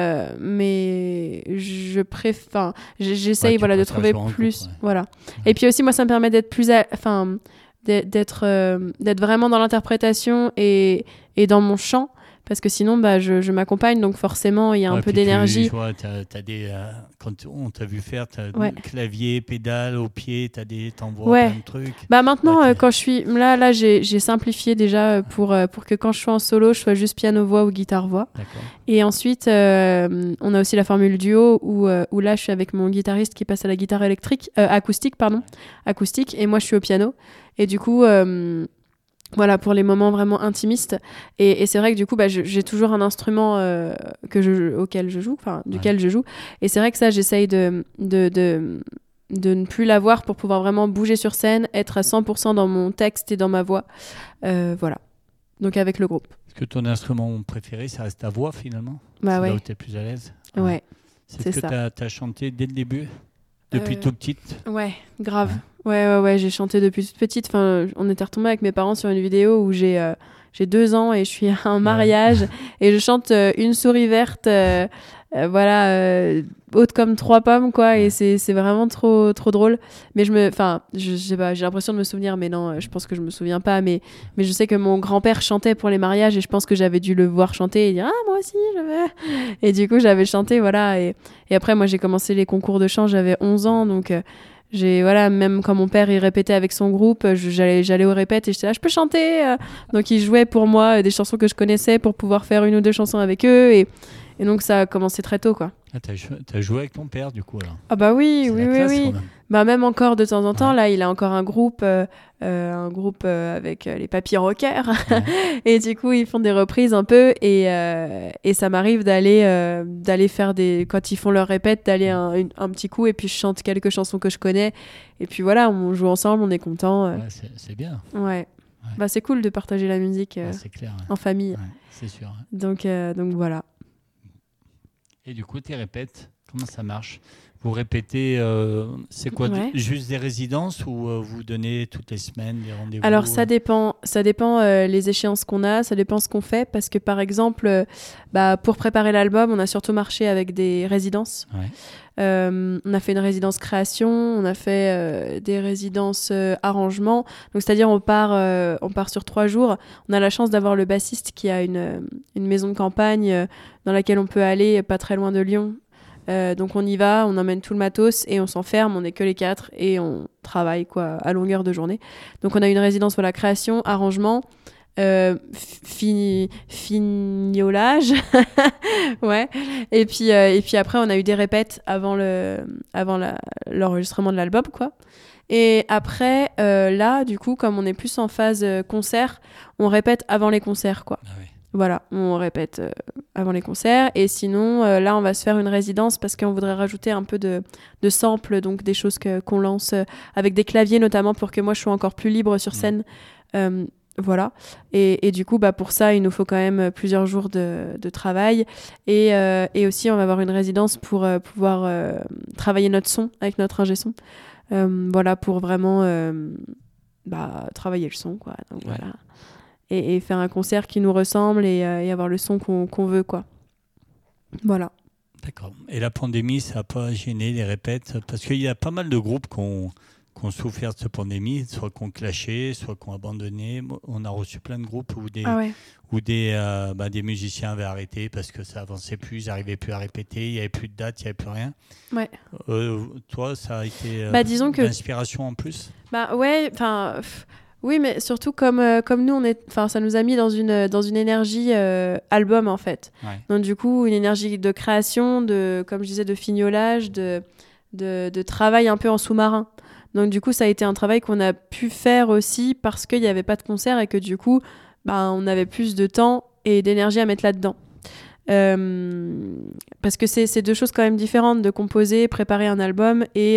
mais je préfère... J'essaye de trouver plus... Groupe, Voilà. Et puis aussi, moi, ça me permet d'être plus... d'être vraiment dans l'interprétation et dans mon chant, parce que sinon je m'accompagne, donc forcément il y a un peu d'énergie. Quand on t'a vu faire, t'as clavier, pédale au pied, t'envoies plein de trucs. Maintenant quand je suis là j'ai simplifié déjà pour que quand je suis en solo je sois juste piano voix ou guitare voix. D'accord. Et ensuite on a aussi la formule duo où là je suis avec mon guitariste qui passe à la guitare acoustique, et moi je suis au piano, et du coup voilà, pour les moments vraiment intimistes. Et c'est vrai que du coup, j'ai toujours un instrument duquel je joue. Et c'est vrai que ça, j'essaye de ne plus l'avoir pour pouvoir vraiment bouger sur scène, être à 100% dans mon texte et dans ma voix. Voilà. Donc avec le groupe. Est-ce que ton instrument préféré, ça reste ta voix finalement ? C'est là où tu es plus à l'aise ? Ouais. C'est ce que tu as chanté dès le début ? Depuis toute petite ? Ouais, grave. Ouais, j'ai chanté depuis toute petite. Enfin, on était retombés avec mes parents sur une vidéo où j'ai 2 ans et je suis à un mariage et je chante Une souris verte, haute comme 3 pommes, quoi. Et c'est vraiment trop drôle. Mais je sais pas, j'ai l'impression de me souvenir, mais non, je pense que je me souviens pas. Mais je sais que mon grand-père chantait pour les mariages et je pense que j'avais dû le voir chanter et dire « Ah, moi aussi, je veux !» Et du coup, j'avais chanté, voilà. Et après, moi, j'ai commencé les concours de chant, j'avais 11 ans, donc... même quand mon père il répétait avec son groupe, j'allais aux répètes et j'étais là, je peux chanter, donc il jouait pour moi des chansons que je connaissais pour pouvoir faire 1 ou 2 chansons avec eux, et donc ça a commencé très tôt, quoi. Ah, t'as joué avec ton père du coup alors. Ah bah oui. Même encore de temps en temps, là il a encore un groupe avec les Papy Rockers et du coup ils font des reprises un peu, et ça m'arrive d'aller faire quand ils font leurs répètes, d'aller un petit coup, et puis je chante quelques chansons que je connais, et puis voilà, on joue ensemble, on est content. C'est bien. Ouais. C'est cool de partager la musique c'est clair, en famille. C'est sûr. Donc voilà. Et du coup, tes répètes, comment ça marche ? Vous répétez, c'est quoi, juste des résidences, ou vous donnez toutes les semaines des rendez-vous ? Alors ça dépend les échéances qu'on a, ça dépend ce qu'on fait, parce que par exemple, pour préparer l'album, on a surtout marché avec des résidences. Ouais. On a fait une résidence création, on a fait des résidences arrangement. Donc c'est-à-dire on part sur 3 jours. On a la chance d'avoir le bassiste qui a une maison de campagne dans laquelle on peut aller, pas très loin de Lyon. Donc on y va, on emmène tout le matos et on s'enferme, on n'est que les 4 et on travaille quoi, à longueur de journée. Donc on a une résidence création, arrangement, fignolage ouais, et puis après on a eu des répètes avant l'enregistrement de l'album quoi. Et après là du coup comme on est plus en phase concert, on répète avant les concerts quoi. Ah oui. Voilà, on répète avant les concerts et sinon là on va se faire une résidence parce qu'on voudrait rajouter un peu de samples, donc des choses qu'on lance avec des claviers notamment pour que moi je sois encore plus libre sur scène. Voilà, et du coup pour ça il nous faut quand même plusieurs jours de travail et aussi on va avoir une résidence pour pouvoir travailler notre son avec notre ingé son, voilà, pour vraiment travailler le son quoi. Donc voilà, et faire un concert qui nous ressemble et avoir le son qu'on veut quoi. Voilà. D'accord. Et la pandémie, ça n'a pas gêné les répètes? Parce qu'il y a pas mal de groupes qui ont souffert de cette pandémie, soit qui ont clashé, soit qui ont abandonné. On a reçu plein de groupes où des musiciens avaient arrêté parce que ça avançait plus, ils n'arrivaient plus à répéter, il n'y avait plus de date, il n'y avait plus rien. Ouais. Toi, ça a été disons que l'inspiration en plus? Oui, mais surtout comme nous, ça nous a mis dans une énergie album en fait. Ouais. Donc du coup, une énergie de création, comme je disais, de fignolage, de travail un peu en sous-marin. Donc du coup, ça a été un travail qu'on a pu faire aussi parce qu'il n'y avait pas de concert et que du coup, on avait plus de temps et d'énergie à mettre là-dedans. Parce que c'est deux choses quand même différentes, de composer, préparer un album et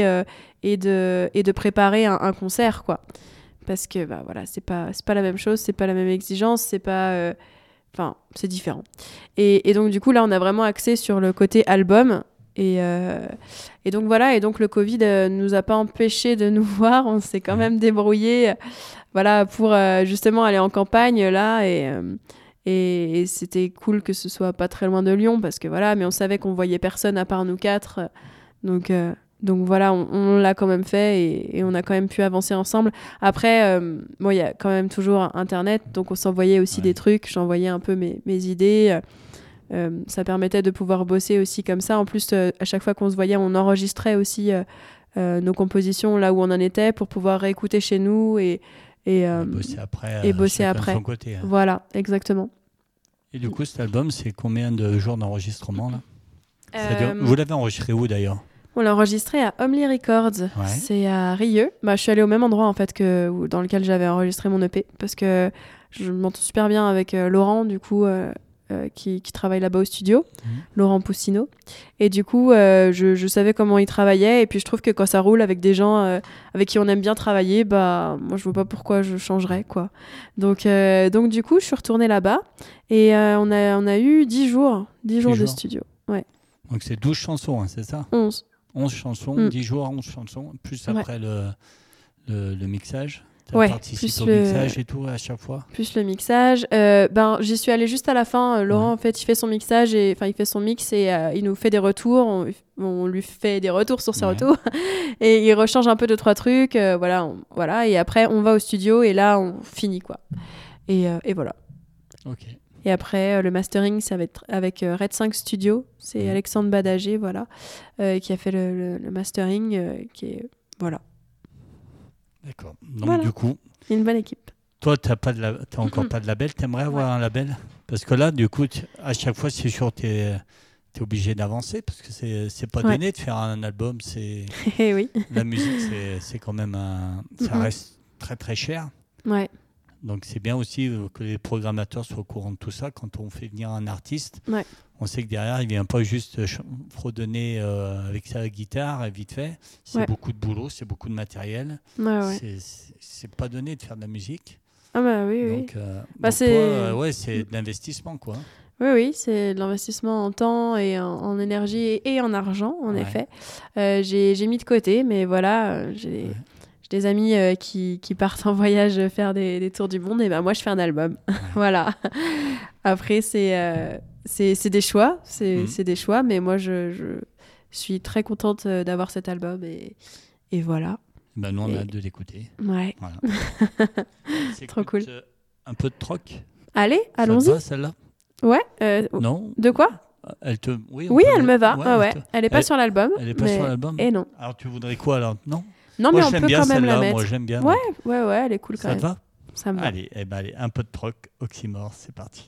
de préparer un concert, quoi. Parce que voilà, c'est pas la même chose, c'est pas la même exigence, c'est pas c'est différent. Et donc du coup là on a vraiment axé sur le côté album et donc voilà, et donc le Covid nous a pas empêché de nous voir, on s'est quand même débrouillé voilà pour justement aller en campagne là et c'était cool que ce soit pas très loin de Lyon parce que voilà, mais on savait qu'on voyait personne à part nous 4 donc voilà, on l'a quand même fait et on a quand même pu avancer ensemble. Après, il y a quand même toujours Internet, donc on s'envoyait aussi des trucs, j'envoyais un peu mes idées. Ça permettait de pouvoir bosser aussi comme ça. En plus, à chaque fois qu'on se voyait, on enregistrait aussi nos compositions là où on en était pour pouvoir réécouter chez nous et bosser après. De son côté, hein. Voilà, exactement. Et du coup, cet album, c'est combien de jours d'enregistrement là Vous l'avez enregistré où d'ailleurs? On l'a enregistré à Homely Records, c'est à Rieux. Je suis allée au même endroit en fait que dans lequel j'avais enregistré mon EP parce que je m'entends super bien avec Laurent du coup qui travaille là-bas au studio, Laurent Poussineau. Et du coup, je savais comment il travaillait et puis je trouve que quand ça roule avec des gens avec qui on aime bien travailler, moi je vois pas pourquoi je changerais quoi. Donc du coup, je suis retournée là-bas et on a eu 10 jours de studio. Ouais. Donc c'est 12 chansons, hein, c'est ça? 11 chansons, 10 jours, 11 chansons, plus après le mixage. Tu as participé au mixage et tout à chaque fois? Plus le mixage. J'y suis allée juste à la fin. Laurent, en fait, il fait son mixage, il fait son mix et il nous fait des retours. On lui fait des retours sur ses retours. Et il rechange un peu 2-3 trucs. Voilà. Et après, on va au studio et là, on finit, quoi. Et voilà. Ok. Et après, le mastering, c'est avec Red 5 Studio. C'est Alexandre Badagé, voilà, qui a fait le mastering. Voilà. D'accord. Donc, du coup... une bonne équipe. Toi, tu n'as encore pas de label. Tu aimerais avoir un label? Parce que là, du coup, à chaque fois, c'est sûr, tu es obligé d'avancer parce que c'est pas donné de faire un album. Oui. La musique, c'est quand même ça reste très, très cher. Ouais. Donc, c'est bien aussi que les programmateurs soient au courant de tout ça. Quand on fait venir un artiste, on sait que derrière, il ne vient pas juste fredonner avec sa guitare, vite fait. C'est beaucoup de boulot, c'est beaucoup de matériel. C'est pas donné de faire de la musique. Ah bah oui, donc, c'est de l'investissement, quoi. Oui, c'est de l'investissement en temps et en énergie et en argent, en effet. J'ai mis de côté, mais voilà, j'ai des amis qui partent en voyage faire des tours du monde, et moi je fais un album. Voilà. Après, c'est des choix, c'est des choix, mais moi je suis très contente d'avoir cet album et voilà. Nous, on a hâte de l'écouter. Ouais. Voilà. Trop cool. Un peu de troc. Allez, allons-y. Ça te va, celle-là? Ouais. Non. De quoi? Oui, elle me va. Elle n'est pas sur l'album. Elle n'est pas sur l'album. Et non. Alors tu voudrais quoi alors? Non, mais on peut quand même la mettre. Moi j'aime bien. Ouais, elle est cool quand même. Ça te va? Ça me va. Allez, un peu de troc, Oxymore, c'est parti.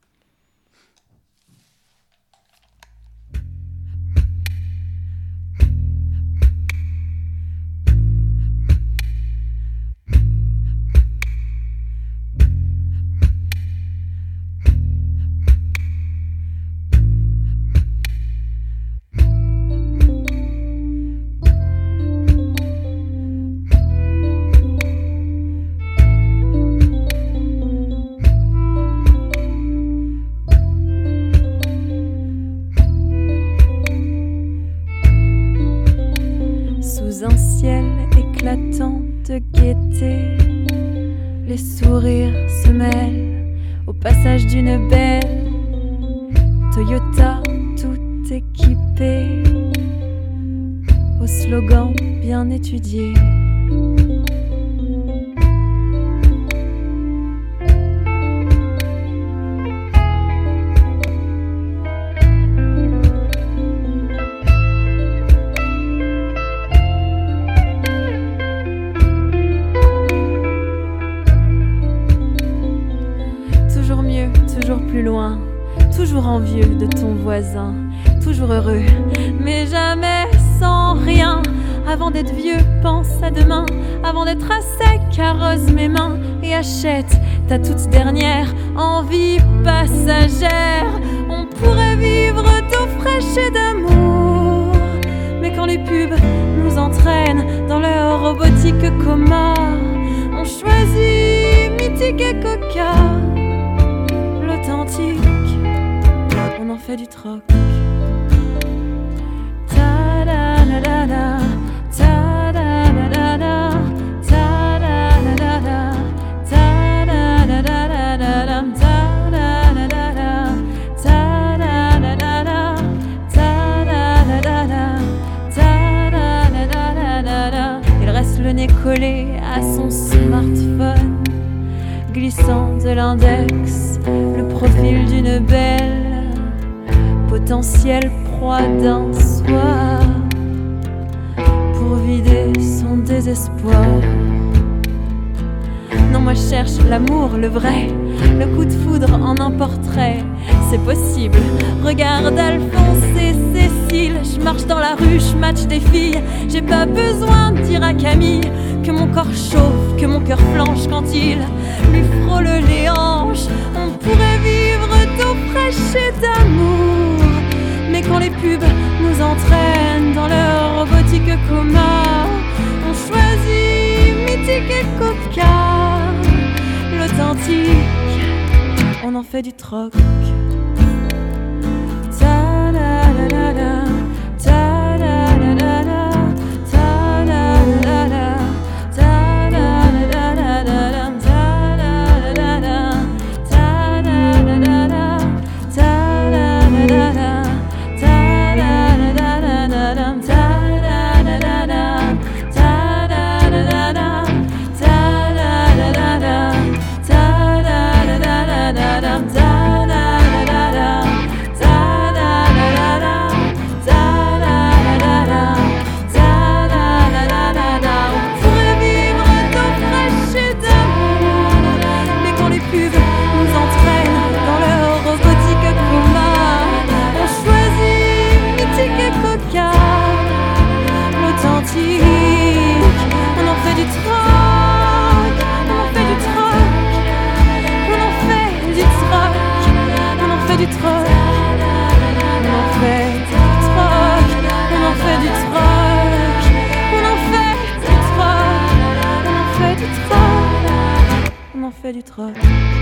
Un ciel éclatant de gaieté, les sourires se mêlent au passage d'une belle Toyota tout équipée, au slogan bien étudié. Plus loin, toujours envieux de ton voisin, toujours heureux, mais jamais sans rien. Avant d'être vieux, pense à demain. Avant d'être à sec, arrose mes mains et achète ta toute dernière envie passagère. On pourrait vivre d'eau fraîche et d'amour, mais quand les pubs nous entraînent dans leur robotique coma, on choisit mythique et coca. On en fait du troc. Ta-da-da-da-da, ta-da-da-da-da, ta-da-da-da-da, ta-da-da-da-da, ta-da-da-da-da, ta-da-da-da-da, ta-da-da-da-da, ta-da-da-da-da. Il reste le nez collé à son smartphone, glissant de l'index le profil d'une belle, potentielle proie d'un soir, pour vider son désespoir. Non, moi je cherche l'amour, le vrai, le coup de foudre en un portrait. C'est possible, regarde Alphonse et Cécile. Je marche dans la rue, je match des filles. J'ai pas besoin de dire à Camille que mon corps chauffe, que mon cœur flanche quand il lui frôle les hanches. On pourrait vivre d'eau fraîche et d'amour, mais quand les pubs nous entraînent dans leur robotique coma, on choisit mythique et coca. L'authentique, on en fait du troc. Ta-da-da-da-da, ta-da-da-da-da, ta-da-da-da-da, ta-da-da-da-da, ta-da-da-da-da, ta-da-da-da-da, ta-da-da-da-da, du troc.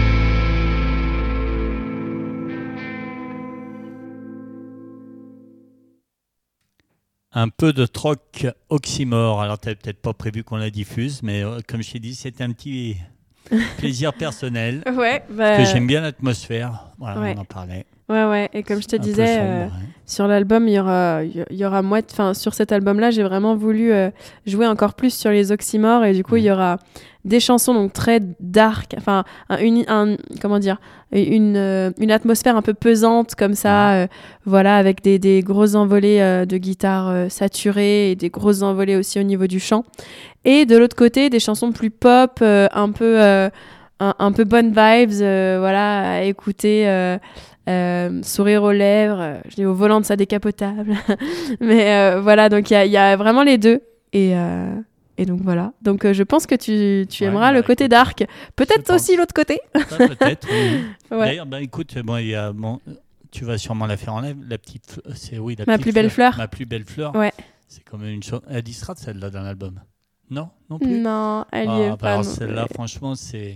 Un peu de troc Oxymore. Alors, tu n'avais peut-être pas prévu qu'on la diffuse, mais comme je t'ai dit, c'est un petit plaisir personnel. Ouais, que j'aime bien l'atmosphère. Voilà, ouais. On en parlait. Ouais. Et comme je te disais, sur l'album, il y aura sur cet album-là, j'ai vraiment voulu jouer encore plus sur les oxymores et du coup, il y aura des chansons donc très dark, enfin une atmosphère un peu pesante comme ça, voilà, avec des grosses envolées de guitare saturées et des grosses envolées aussi au niveau du chant. Et de l'autre côté, des chansons plus pop, un peu bonnes vibes, voilà, à écouter. Sourire aux lèvres, je dis au volant de sa décapotable. Mais voilà, donc il y a vraiment les deux. Et donc voilà. Donc je pense que tu aimeras le côté dark. Peut-être aussi l'autre côté. Peut-être, oui. Ouais. D'ailleurs, écoute, tu vas sûrement la faire en live. Ma plus belle fleur. Ma plus belle fleur. Ouais. C'est comme une chose. Elle distraite celle-là dans l'album. Non plus. Non, elle y est pas. Alors celle-là, franchement, c'est.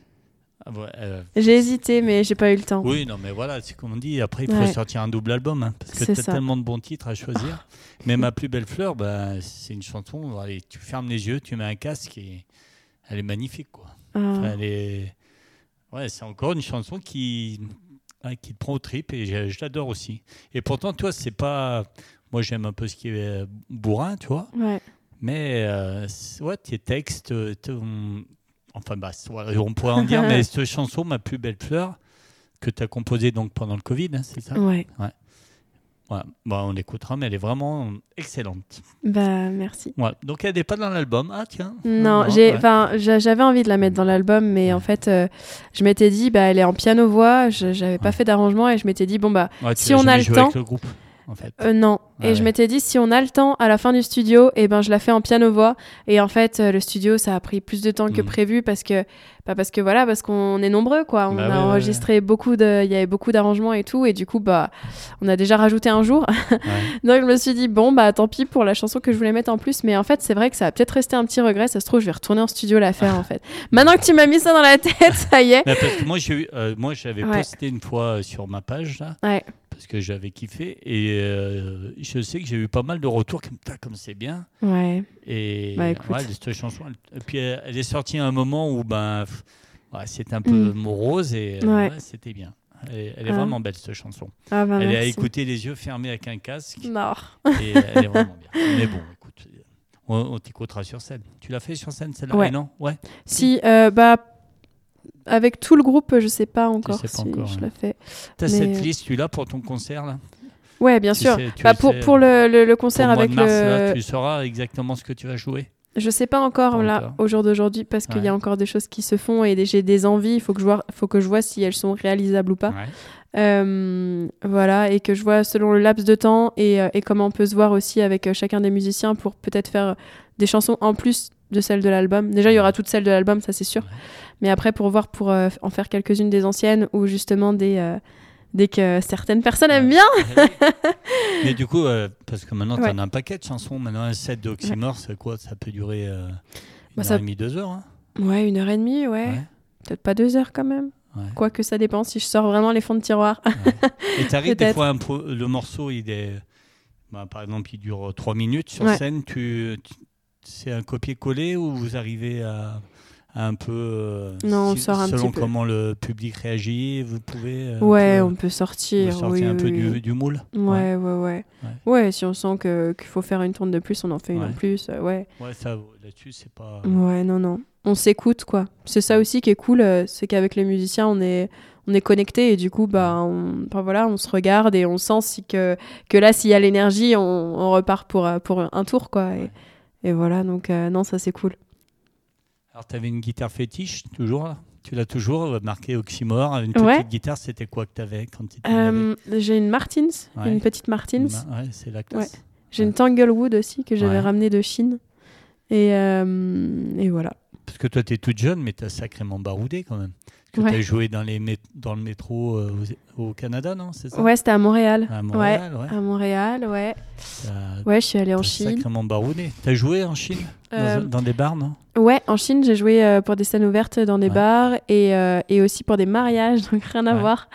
J'ai hésité, mais j'ai pas eu le temps. Oui, non, mais voilà, c'est comme on dit. Après, il faut sortir un double album, parce que tu as tellement de bons titres à choisir. Mais Ma plus belle fleur, c'est une chanson. Allez, tu fermes les yeux, tu mets un casque et elle est magnifique, quoi. Enfin, c'est encore une chanson qui te prend au trip et je l'adore aussi. Et pourtant, toi, c'est pas. Moi, j'aime un peu ce qui est bourrin, tu vois. Ouais. Mais tes textes. Enfin, on pourrait en dire, mais cette chanson, Ma plus belle fleur, que tu as composée donc pendant le Covid, c'est ça ? Ouais. Voilà. On l'écoutera, mais elle est vraiment excellente. Merci. Voilà. Donc, elle n'est pas dans l'album. Ah, tiens. Non, j'avais envie de la mettre dans l'album, mais en fait, je m'étais dit, elle est en piano-voix, j'avais pas fait d'arrangement, et je m'étais dit, si on a le temps... avec le groupe, en fait. Non. Et je m'étais dit, si on a le temps à la fin du studio, je la fais en piano-voix. Et en fait, le studio, ça a pris plus de temps que prévu parce qu'on est nombreux, quoi. On a enregistré il y avait beaucoup d'arrangements et tout. Et du coup, on a déjà rajouté un jour. Donc, je me suis dit, tant pis pour la chanson que je voulais mettre en plus. Mais en fait, c'est vrai que ça va peut-être rester un petit regret. Ça se trouve, je vais retourner en studio la faire, en fait. Maintenant que tu m'as mis ça dans la tête, ça y est. Parce que moi, j'avais posté une fois sur ma page, là. Ouais. Parce que j'avais kiffé et je sais que j'ai eu pas mal de retours comme c'est bien. Ouais. Et cette chanson, et puis elle est sortie à un moment où c'était un peu morose et c'était bien. Elle est vraiment belle cette chanson. Elle est à écouter les yeux fermés avec un casque. Non. Et elle est vraiment bien. Mais bon, écoute, on t'écoutera sur scène. Tu l'as fait sur scène celle-là ? Ouais. Non ? Ouais. Si, avec tout le groupe, je sais pas encore je l'ai fait. T'as cette liste, tu l'as pour ton concert là ? Ouais, bien sûr. Pour le concert pour avec le mois de mars, là, tu sauras exactement ce que tu vas jouer ? Je sais pas encore au jour d'aujourd'hui parce qu'il y a encore des choses qui se font et j'ai des envies. Il faut que je vois si elles sont réalisables ou pas. Voilà, et que je vois selon le laps de temps et comment on peut se voir aussi avec chacun des musiciens pour peut-être faire des chansons en plus de celles de l'album. Déjà, il y aura toutes celles de l'album, ça c'est sûr. Mais après, pour voir, pour en faire quelques-unes des anciennes ou justement dès que certaines personnes aiment bien. Mais du coup, parce que maintenant, tu en as un paquet de chansons. Maintenant, un set d'Oxymore, c'est quoi ? Ça peut durer 1h30, 2 heures. Hein ? Ouais, 1h30, ouais. Peut-être pas 2 heures quand même. Quoique ça dépend si je sors vraiment les fonds de tiroir. Et t'arrives des fois, le morceau, il est, par exemple, il dure 3 minutes sur scène. C'est un copier-coller ou vous arrivez à un peu on sort un selon petit peu. Comment le public réagit, vous pouvez on peut sortir un peu du moule. Ouais, si on sent qu'il faut faire une tourne de plus, on en fait une en plus. Ça là-dessus c'est pas non, on s'écoute, quoi. C'est ça aussi qui est cool, c'est qu'avec les musiciens on est connectés et du coup on se regarde et on sent que là s'il y a l'énergie on repart pour un tour, quoi. Et voilà, donc non, ça c'est cool. Alors, tu avais une guitare fétiche, toujours là ? Tu l'as toujours marqué Oxymore. Une petite guitare, c'était quoi que tu avais quand tu étais J'ai une Martins, une petite Martins. C'est la classe. J'ai une Tanglewood aussi que j'avais ramenée de Chine. Et voilà. Parce que toi, tu es toute jeune, mais tu as sacrément baroudé quand même. Tu as joué dans le métro au Canada, non ? C'est ça ? Ouais, c'était à Montréal. À Montréal, À Montréal, je suis allée en Chine. Sacrément baroudé. Tu as joué en Chine dans des bars, non ? Ouais, en Chine, j'ai joué pour des scènes ouvertes dans des bars et aussi pour des mariages, donc rien à voir.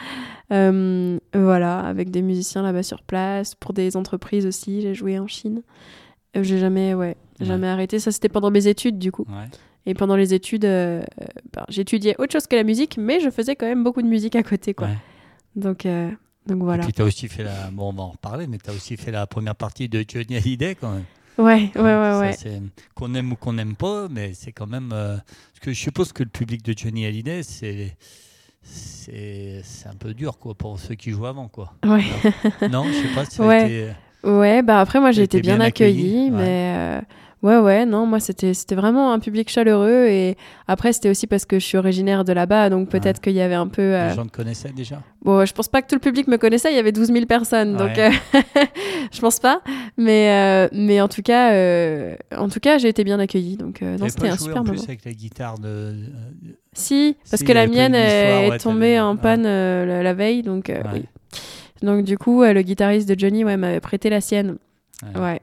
Voilà, avec des musiciens là-bas sur place, pour des entreprises aussi, j'ai joué en Chine. J'ai jamais arrêté. Ça, c'était pendant mes études, du coup. Et pendant les études, j'étudiais autre chose que la musique, mais je faisais quand même beaucoup de musique à côté, quoi. Donc Donc voilà. Et puis tu as aussi fait on va en reparler, mais tu as aussi fait la première partie de Johnny Hallyday quand même. Ouais. C'est, qu'on aime ou qu'on n'aime pas, mais c'est quand même... parce que je suppose que le public de Johnny Hallyday, c'est un peu dur quoi, pour ceux qui jouent avant. Quoi. Ouais. Non, je sais pas si ça a été... Ouais, bah après moi j'ai été bien accueillie, ouais. mais non, moi c'était vraiment un public chaleureux et après c'était aussi parce que je suis originaire de là-bas, donc peut-être qu'il y avait un peu... Les gens te connaissaient déjà? Bon, je pense pas que tout le public me connaissait, il y avait 12 000 personnes, donc je pense pas, mais en tout cas j'ai été bien accueillie, donc non, c'était un super moment. En plus avec la guitare de... Si, parce que la mienne est tombée en panne la veille, donc oui. Donc du coup, le guitariste de Johnny m'avait prêté la sienne. Ouais.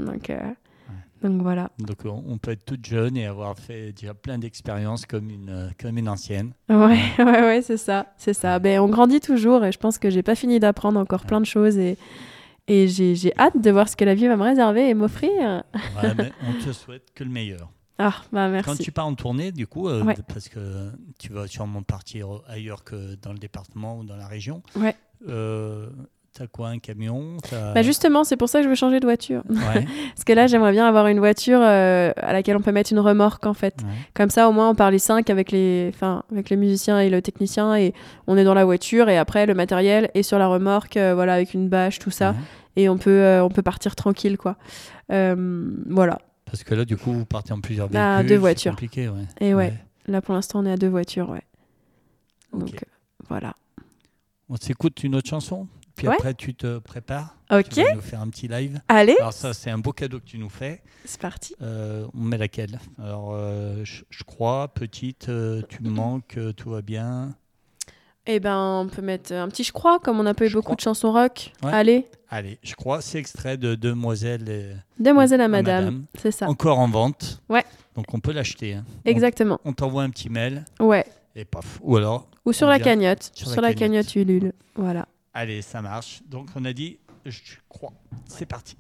Donc voilà. Donc on peut être toute jeune et avoir fait déjà plein d'expériences comme une ancienne. Ouais, c'est ça. Ben, on grandit toujours et je pense que j'ai pas fini d'apprendre encore plein de choses et j'ai hâte de voir ce que la vie va me réserver et m'offrir. Ouais, mais on te souhaite que le meilleur. Ah, bah merci. Quand tu pars en tournée, du coup, parce que tu vas sûrement partir ailleurs que dans le département ou dans la région. Ouais. T'as quoi, un camion? Bah justement, c'est pour ça que je veux changer de voiture. Ouais. Parce que là, j'aimerais bien avoir une voiture à laquelle on peut mettre une remorque, en fait. Ouais. Comme ça, au moins, on part les 5 avec les musiciens et le technicien et on est dans la voiture et après, le matériel est sur la remorque, avec une bâche, tout ça. Ouais. Et on peut partir tranquille, quoi. Voilà. Parce que là, du coup, vous partez en plusieurs véhicules. 2 voitures. C'est compliqué, ouais. Et là, pour l'instant, on est à 2 voitures, ouais. Donc, voilà. On s'écoute une autre chanson, puis après, tu te prépares. Ok. Tu vas nous faire un petit live. Allez. Alors ça, c'est un beau cadeau que tu nous fais. C'est parti. On met laquelle? Alors, je crois, petite, tu me manques, tout va bien. Eh ben, on peut mettre un petit je crois, comme on a pas eu beaucoup de chansons rock. Ouais. Allez, je crois, c'est extrait de Demoiselle à Madame, c'est ça. Encore en vente. Ouais. Donc on peut l'acheter. Hein. Exactement. On t'envoie un petit mail. Ouais. Et paf. Ou alors. Ou sur la cagnotte. Sur la cagnotte Ulule. Voilà. Allez, ça marche. Donc on a dit, je crois. C'est parti.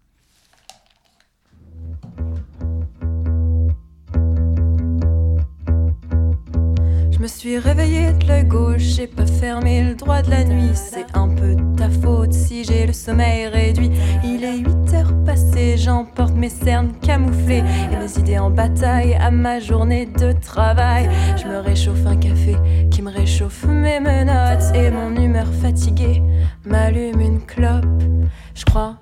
Je me suis réveillée de l'œil gauche, j'ai pas fermé le droit de la nuit. C'est un peu ta faute si j'ai le sommeil réduit. Il est 8 heures passées, j'emporte mes cernes camouflées et mes idées en bataille à ma journée de travail. Je me réchauffe un café qui me réchauffe mes menottes et mon humeur fatiguée m'allume une clope. Je crois.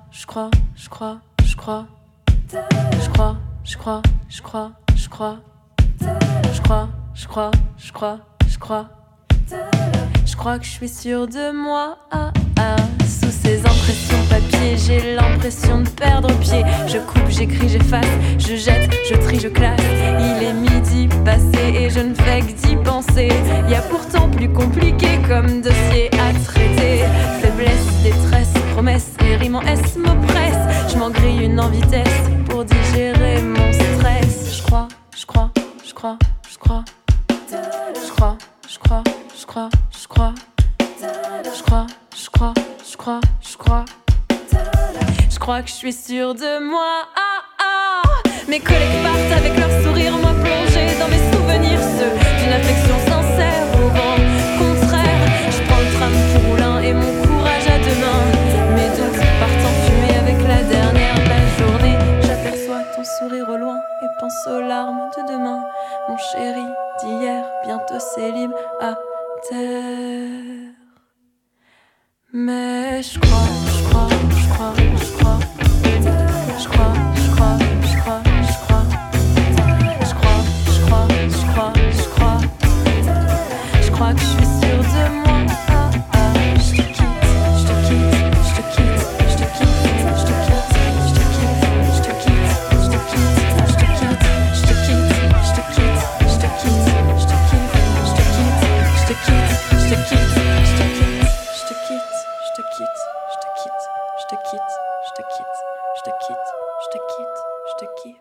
Je crois que je suis sûre de moi. Sous ces impressions papier, j'ai l'impression de perdre pied. Je coupe, j'écris, j'efface, je jette, je trie, je classe. Il est midi passé et je ne fais que d'y penser. Y a pourtant plus compliqué comme dossier à traiter. Faiblesse, détresse, promesse, les rimes en S m'oppressent. Je m'en grille une en vitesse pour digérer mon stress. Je crois. Je crois que je suis sûre de moi. Mes collègues partent avec leur sourire, moi plongée dans mes souvenirs, ceux d'une affection sincère au vent contraire. Je prends le tram pour Roulin et mon courage à deux mains. Mes doutes partent en fumée avec la dernière de la journée. J'aperçois ton sourire au loin et pense aux larmes de demain. Mon chéri d'hier, bientôt c'est libre à terre. Mais je crois. Je crois que je suis sûre de moi. Je te quitte.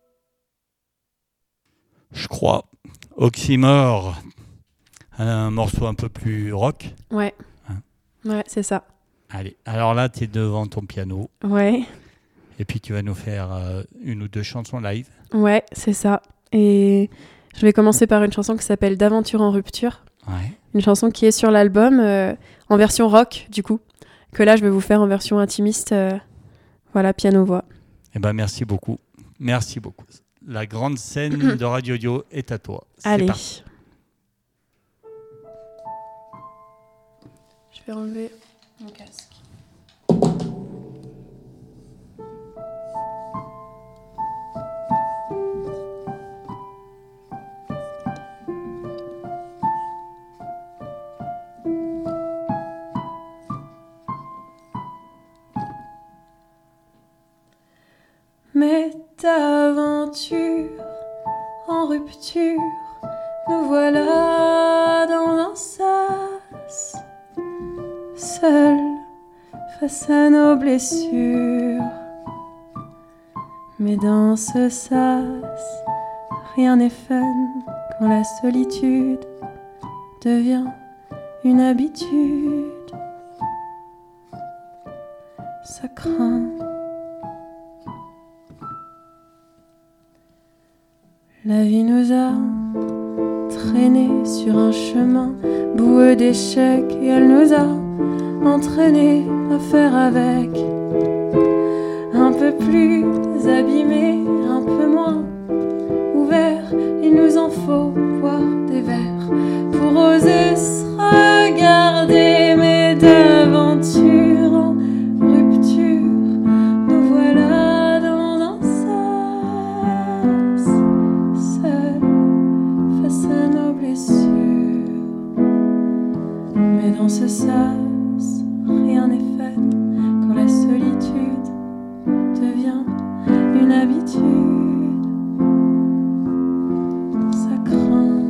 Je crois. Oxymore, un morceau un peu plus rock. Ouais. Ouais, c'est ça. Allez, alors là, tu es devant ton piano. Ouais. Et puis tu vas nous faire une ou deux chansons live. Ouais, c'est ça. Et je vais commencer par une chanson qui s'appelle D'aventure en rupture. Une chanson qui est sur l'album, en version rock, du coup. Que là, je vais vous faire en version intimiste. Voilà, piano-voix. Eh ben, merci beaucoup. Merci beaucoup. La grande scène de Radio Audio est à toi. Allez. C'est parti. Je vais enlever mon casque. Métaventure en rupture, nous voilà dans un sas, seuls face à nos blessures. Mais dans ce sas, rien n'est fun quand la solitude devient une habitude. Ça craint. La vie nous a traînés sur un chemin boueux d'échecs et elle nous a entraînés à faire avec. Un peu plus abîmés, un peu moins ouverts, il nous en faut boire des verres pour oser se regarder, mais d'aventure en rupture, nous voilà dans un sas, seuls face à nos blessures. Mais dans ce sas, rien n'est fait quand la solitude devient une habitude. Ça craint.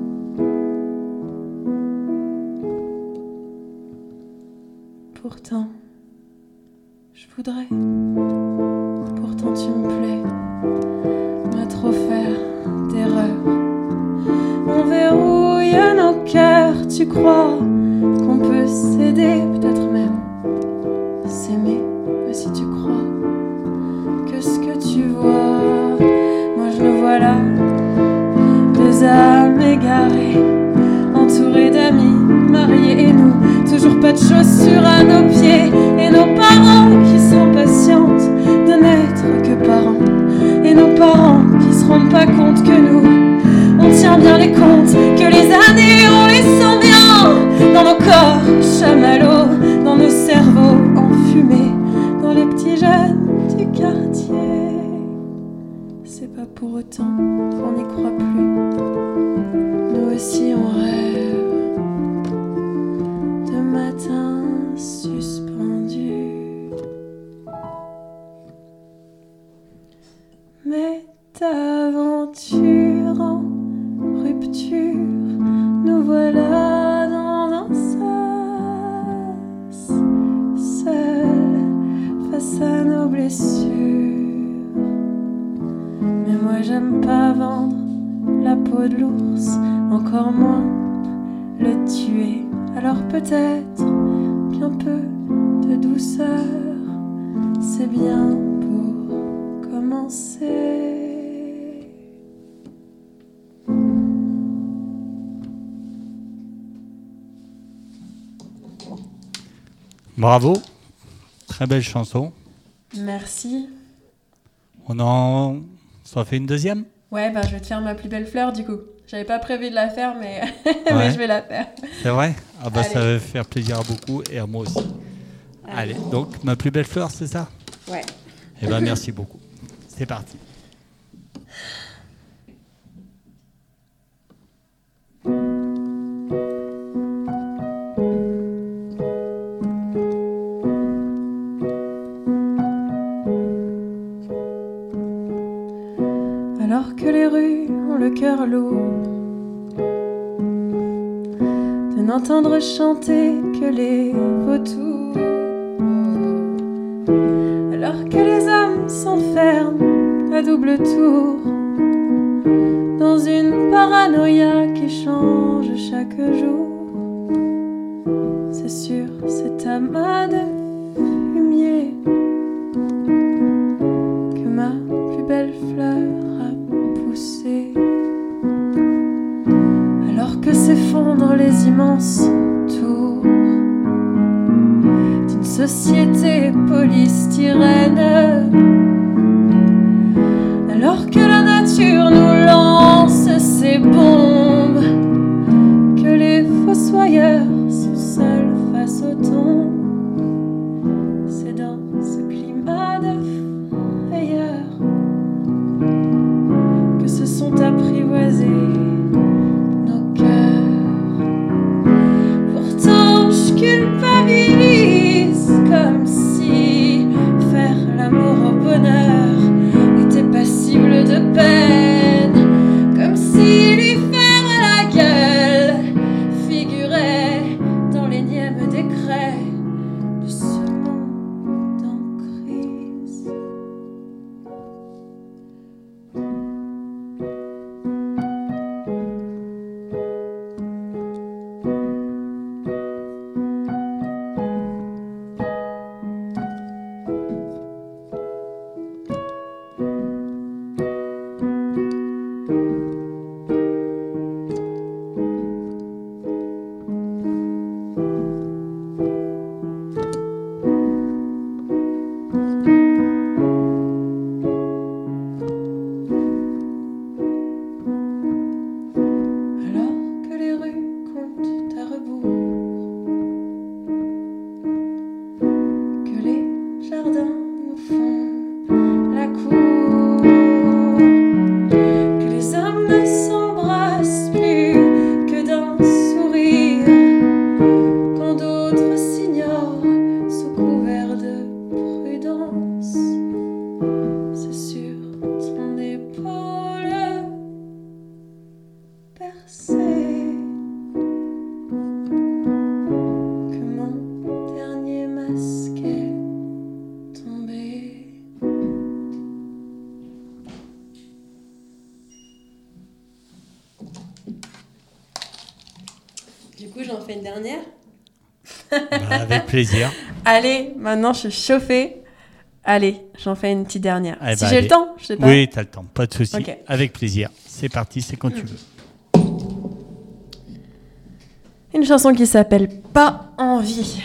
Pourtant, je voudrais. Pourtant, tu me plais. À trop faire d'erreurs. On verrouille nos cœurs. Tu crois qu'on peut s'aider, peut-être même s'aimer. Mais si tu crois que ce que tu vois, moi je nous vois là, deux âmes égarées, entourées d'amis, mariés et nous, toujours pas de chaussures à nos pieds, et nos parents qui s'impatientent de n'être que parents, et nos parents qui se rendent pas compte que nous, on tient bien les comptes, que les années on les sent bien, dans nos corps chamallows, dans nos cerveaux enfumés, dans les petits jeunes du quartier. C'est pas pour autant qu'on n'y croit plus. Nous aussi on rêve de matins suspendus. Mais d'aventure en rupture, nous voilà dans un sas, seuls face à nos blessures. Mais moi j'aime pas vendre la peau de l'ours, encore moins le tuer. Alors peut-être bien peu de douceur, c'est bien pour commencer. Bravo, très belle chanson. Merci. Ça fait une deuxième? Ouais, bah, je vais te faire ma plus belle fleur du coup. J'avais pas prévu de la faire, mais, Ouais. mais je vais la faire. C'est vrai? Ah bah Allez. ça va faire plaisir à beaucoup et à moi aussi. Allez, donc ma plus belle fleur, c'est ça? Ouais. Eh ben merci beaucoup. C'est parti. Alors que les rues ont le cœur lourd de n'entendre chanter que les vautours, alors que les hommes s'enferment à double tour dans une paranoïa qui change chaque jour, c'est sur cet amas de fumier que ma plus belle fleur a poussé. Alors que s'effondrent les société polystyrène. Alors que la nature nous lance ses bombes, que les fossoyeurs sont seuls face au tombe, c'est dans ce climat de frayeur que se sont apprivoisés nos cœurs. Pourtant je culpabilise, comme si faire l'amour au bonheur était passible de peine, comme si lui faire la gueule figurait dans l'énième décret de ce monde en crise. Alors que les rues comptent à rebours, que les jardins nous font la cour, que les hommes ne s'embrassent plus que d'un sourire, quand d'autres s'ignorent sous couvert de prudence, c'est sur ton épaule percée que mon dernier masque est tombé. Du coup, j'en fais une dernière. Avec plaisir. Allez, maintenant je suis chauffée. Allez, j'en fais une petite dernière. Eh Si ben, j'ai allez. le temps, je sais pas. Oui, tu as le temps, pas de souci. Ok. Avec plaisir. C'est parti, c'est quand tu veux. Une chanson qui s'appelle Pas envie.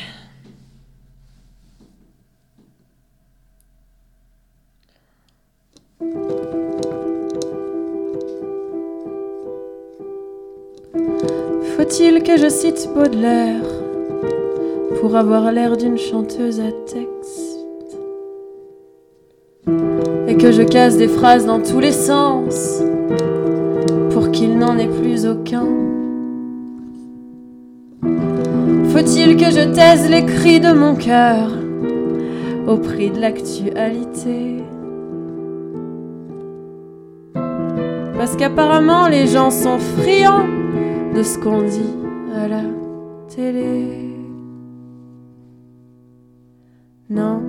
Faut-il que je cite Baudelaire pour avoir l'air d'une chanteuse à texte, et que je casse des phrases dans tous les sens pour qu'il n'en ait plus aucun? Faut-il que je taise les cris de mon cœur au prix de l'actualité? Parce qu'apparemment les gens sont friands de ce qu'on dit à la télé. Non,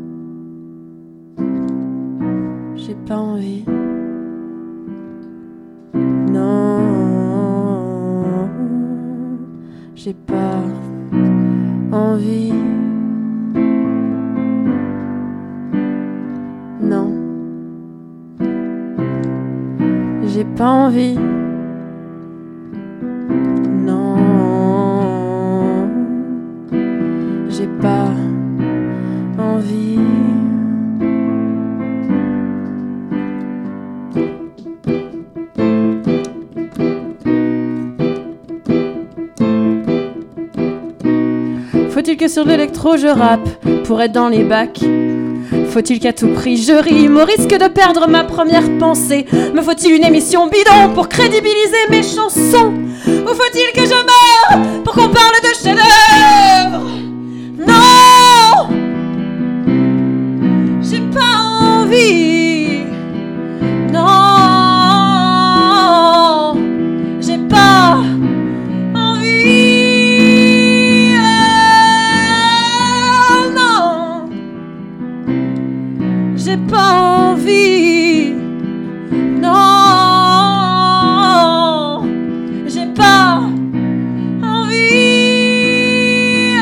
j'ai pas envie. Non, j'ai pas envie. Non, j'ai pas envie. Non, j'ai pas envie. Faut-il que sur l'électro je rappe pour être dans les bacs? Faut-il qu'à tout prix je rime au risque de perdre ma première pensée? Me faut-il une émission bidon pour crédibiliser mes chansons? Ou faut-il que je meure pour qu'on parle de chef-d'œuvre? Non, j'ai pas envie. Non, j'ai pas envie. Non, j'ai pas envie. Non, j'ai pas envie.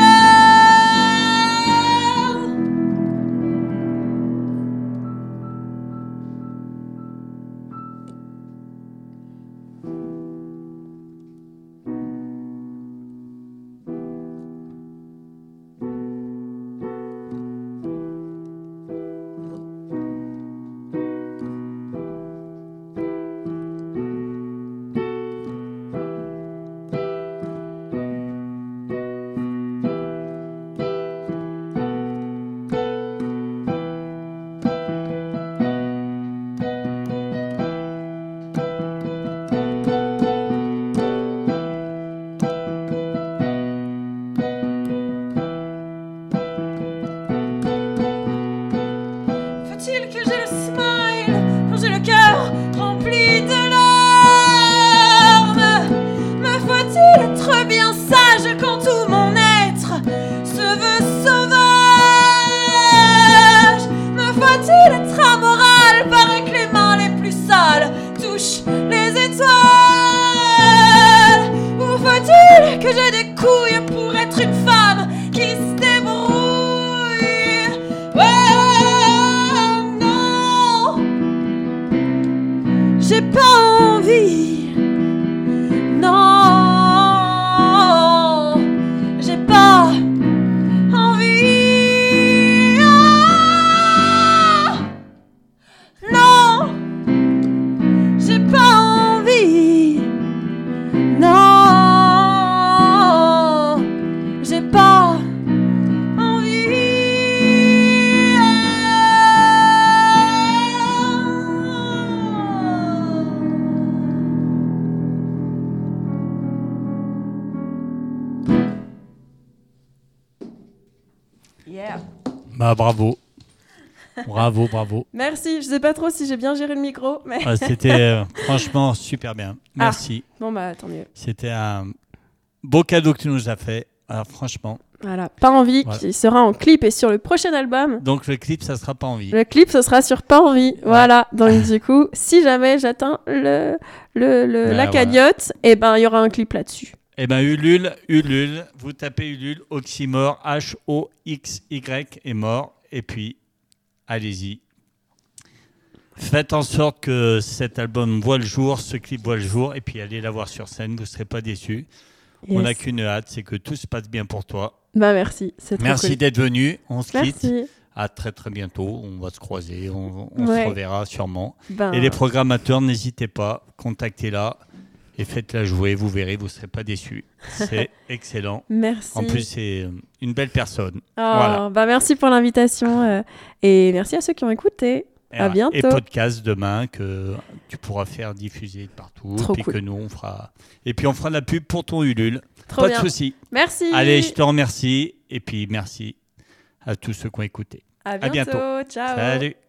Bah, bravo. Bravo. Merci. Je sais pas trop si j'ai bien géré le micro, mais... C'était franchement super bien. Merci. Bon, bah, tant mieux. C'était un beau cadeau que tu nous as fait. Alors, franchement. Voilà. Pas envie, qui sera en clip et sur le prochain album. Donc, le clip, ça sera Pas envie. Le clip, ce sera sur Pas envie. Voilà. Donc, du coup, si jamais j'atteins la cagnotte, et ben, il y aura un clip là-dessus. Eh ben, Ulule, vous tapez Ulule, Oxymore, Hoxy et mort. Et puis, allez-y. Faites en sorte que cet album voit le jour, ce clip voit le jour, et puis allez la voir sur scène, vous ne serez pas déçus. Yes. On n'a qu'une hâte, c'est que tout se passe bien pour toi. Bah merci, c'est trop Merci cool. d'être venu, on se quitte. Merci. À très très bientôt, on va se croiser, on se reverra sûrement. Ben... Et les programmateurs, n'hésitez pas, contactez-la et faites-la jouer, vous verrez, vous ne serez pas déçus. C'est excellent. Merci. En plus, c'est une belle personne. Voilà. Bah merci pour l'invitation et merci à ceux qui ont écouté. À bientôt. Et podcast demain que tu pourras faire diffuser partout. Trop puis cool. Que nous, on fera. Et puis on fera la pub pour ton Ulule. Trop pas bien. de souci. Merci. Allez, je te remercie. Et puis merci à tous ceux qui ont écouté. À bientôt. Ciao. Salut.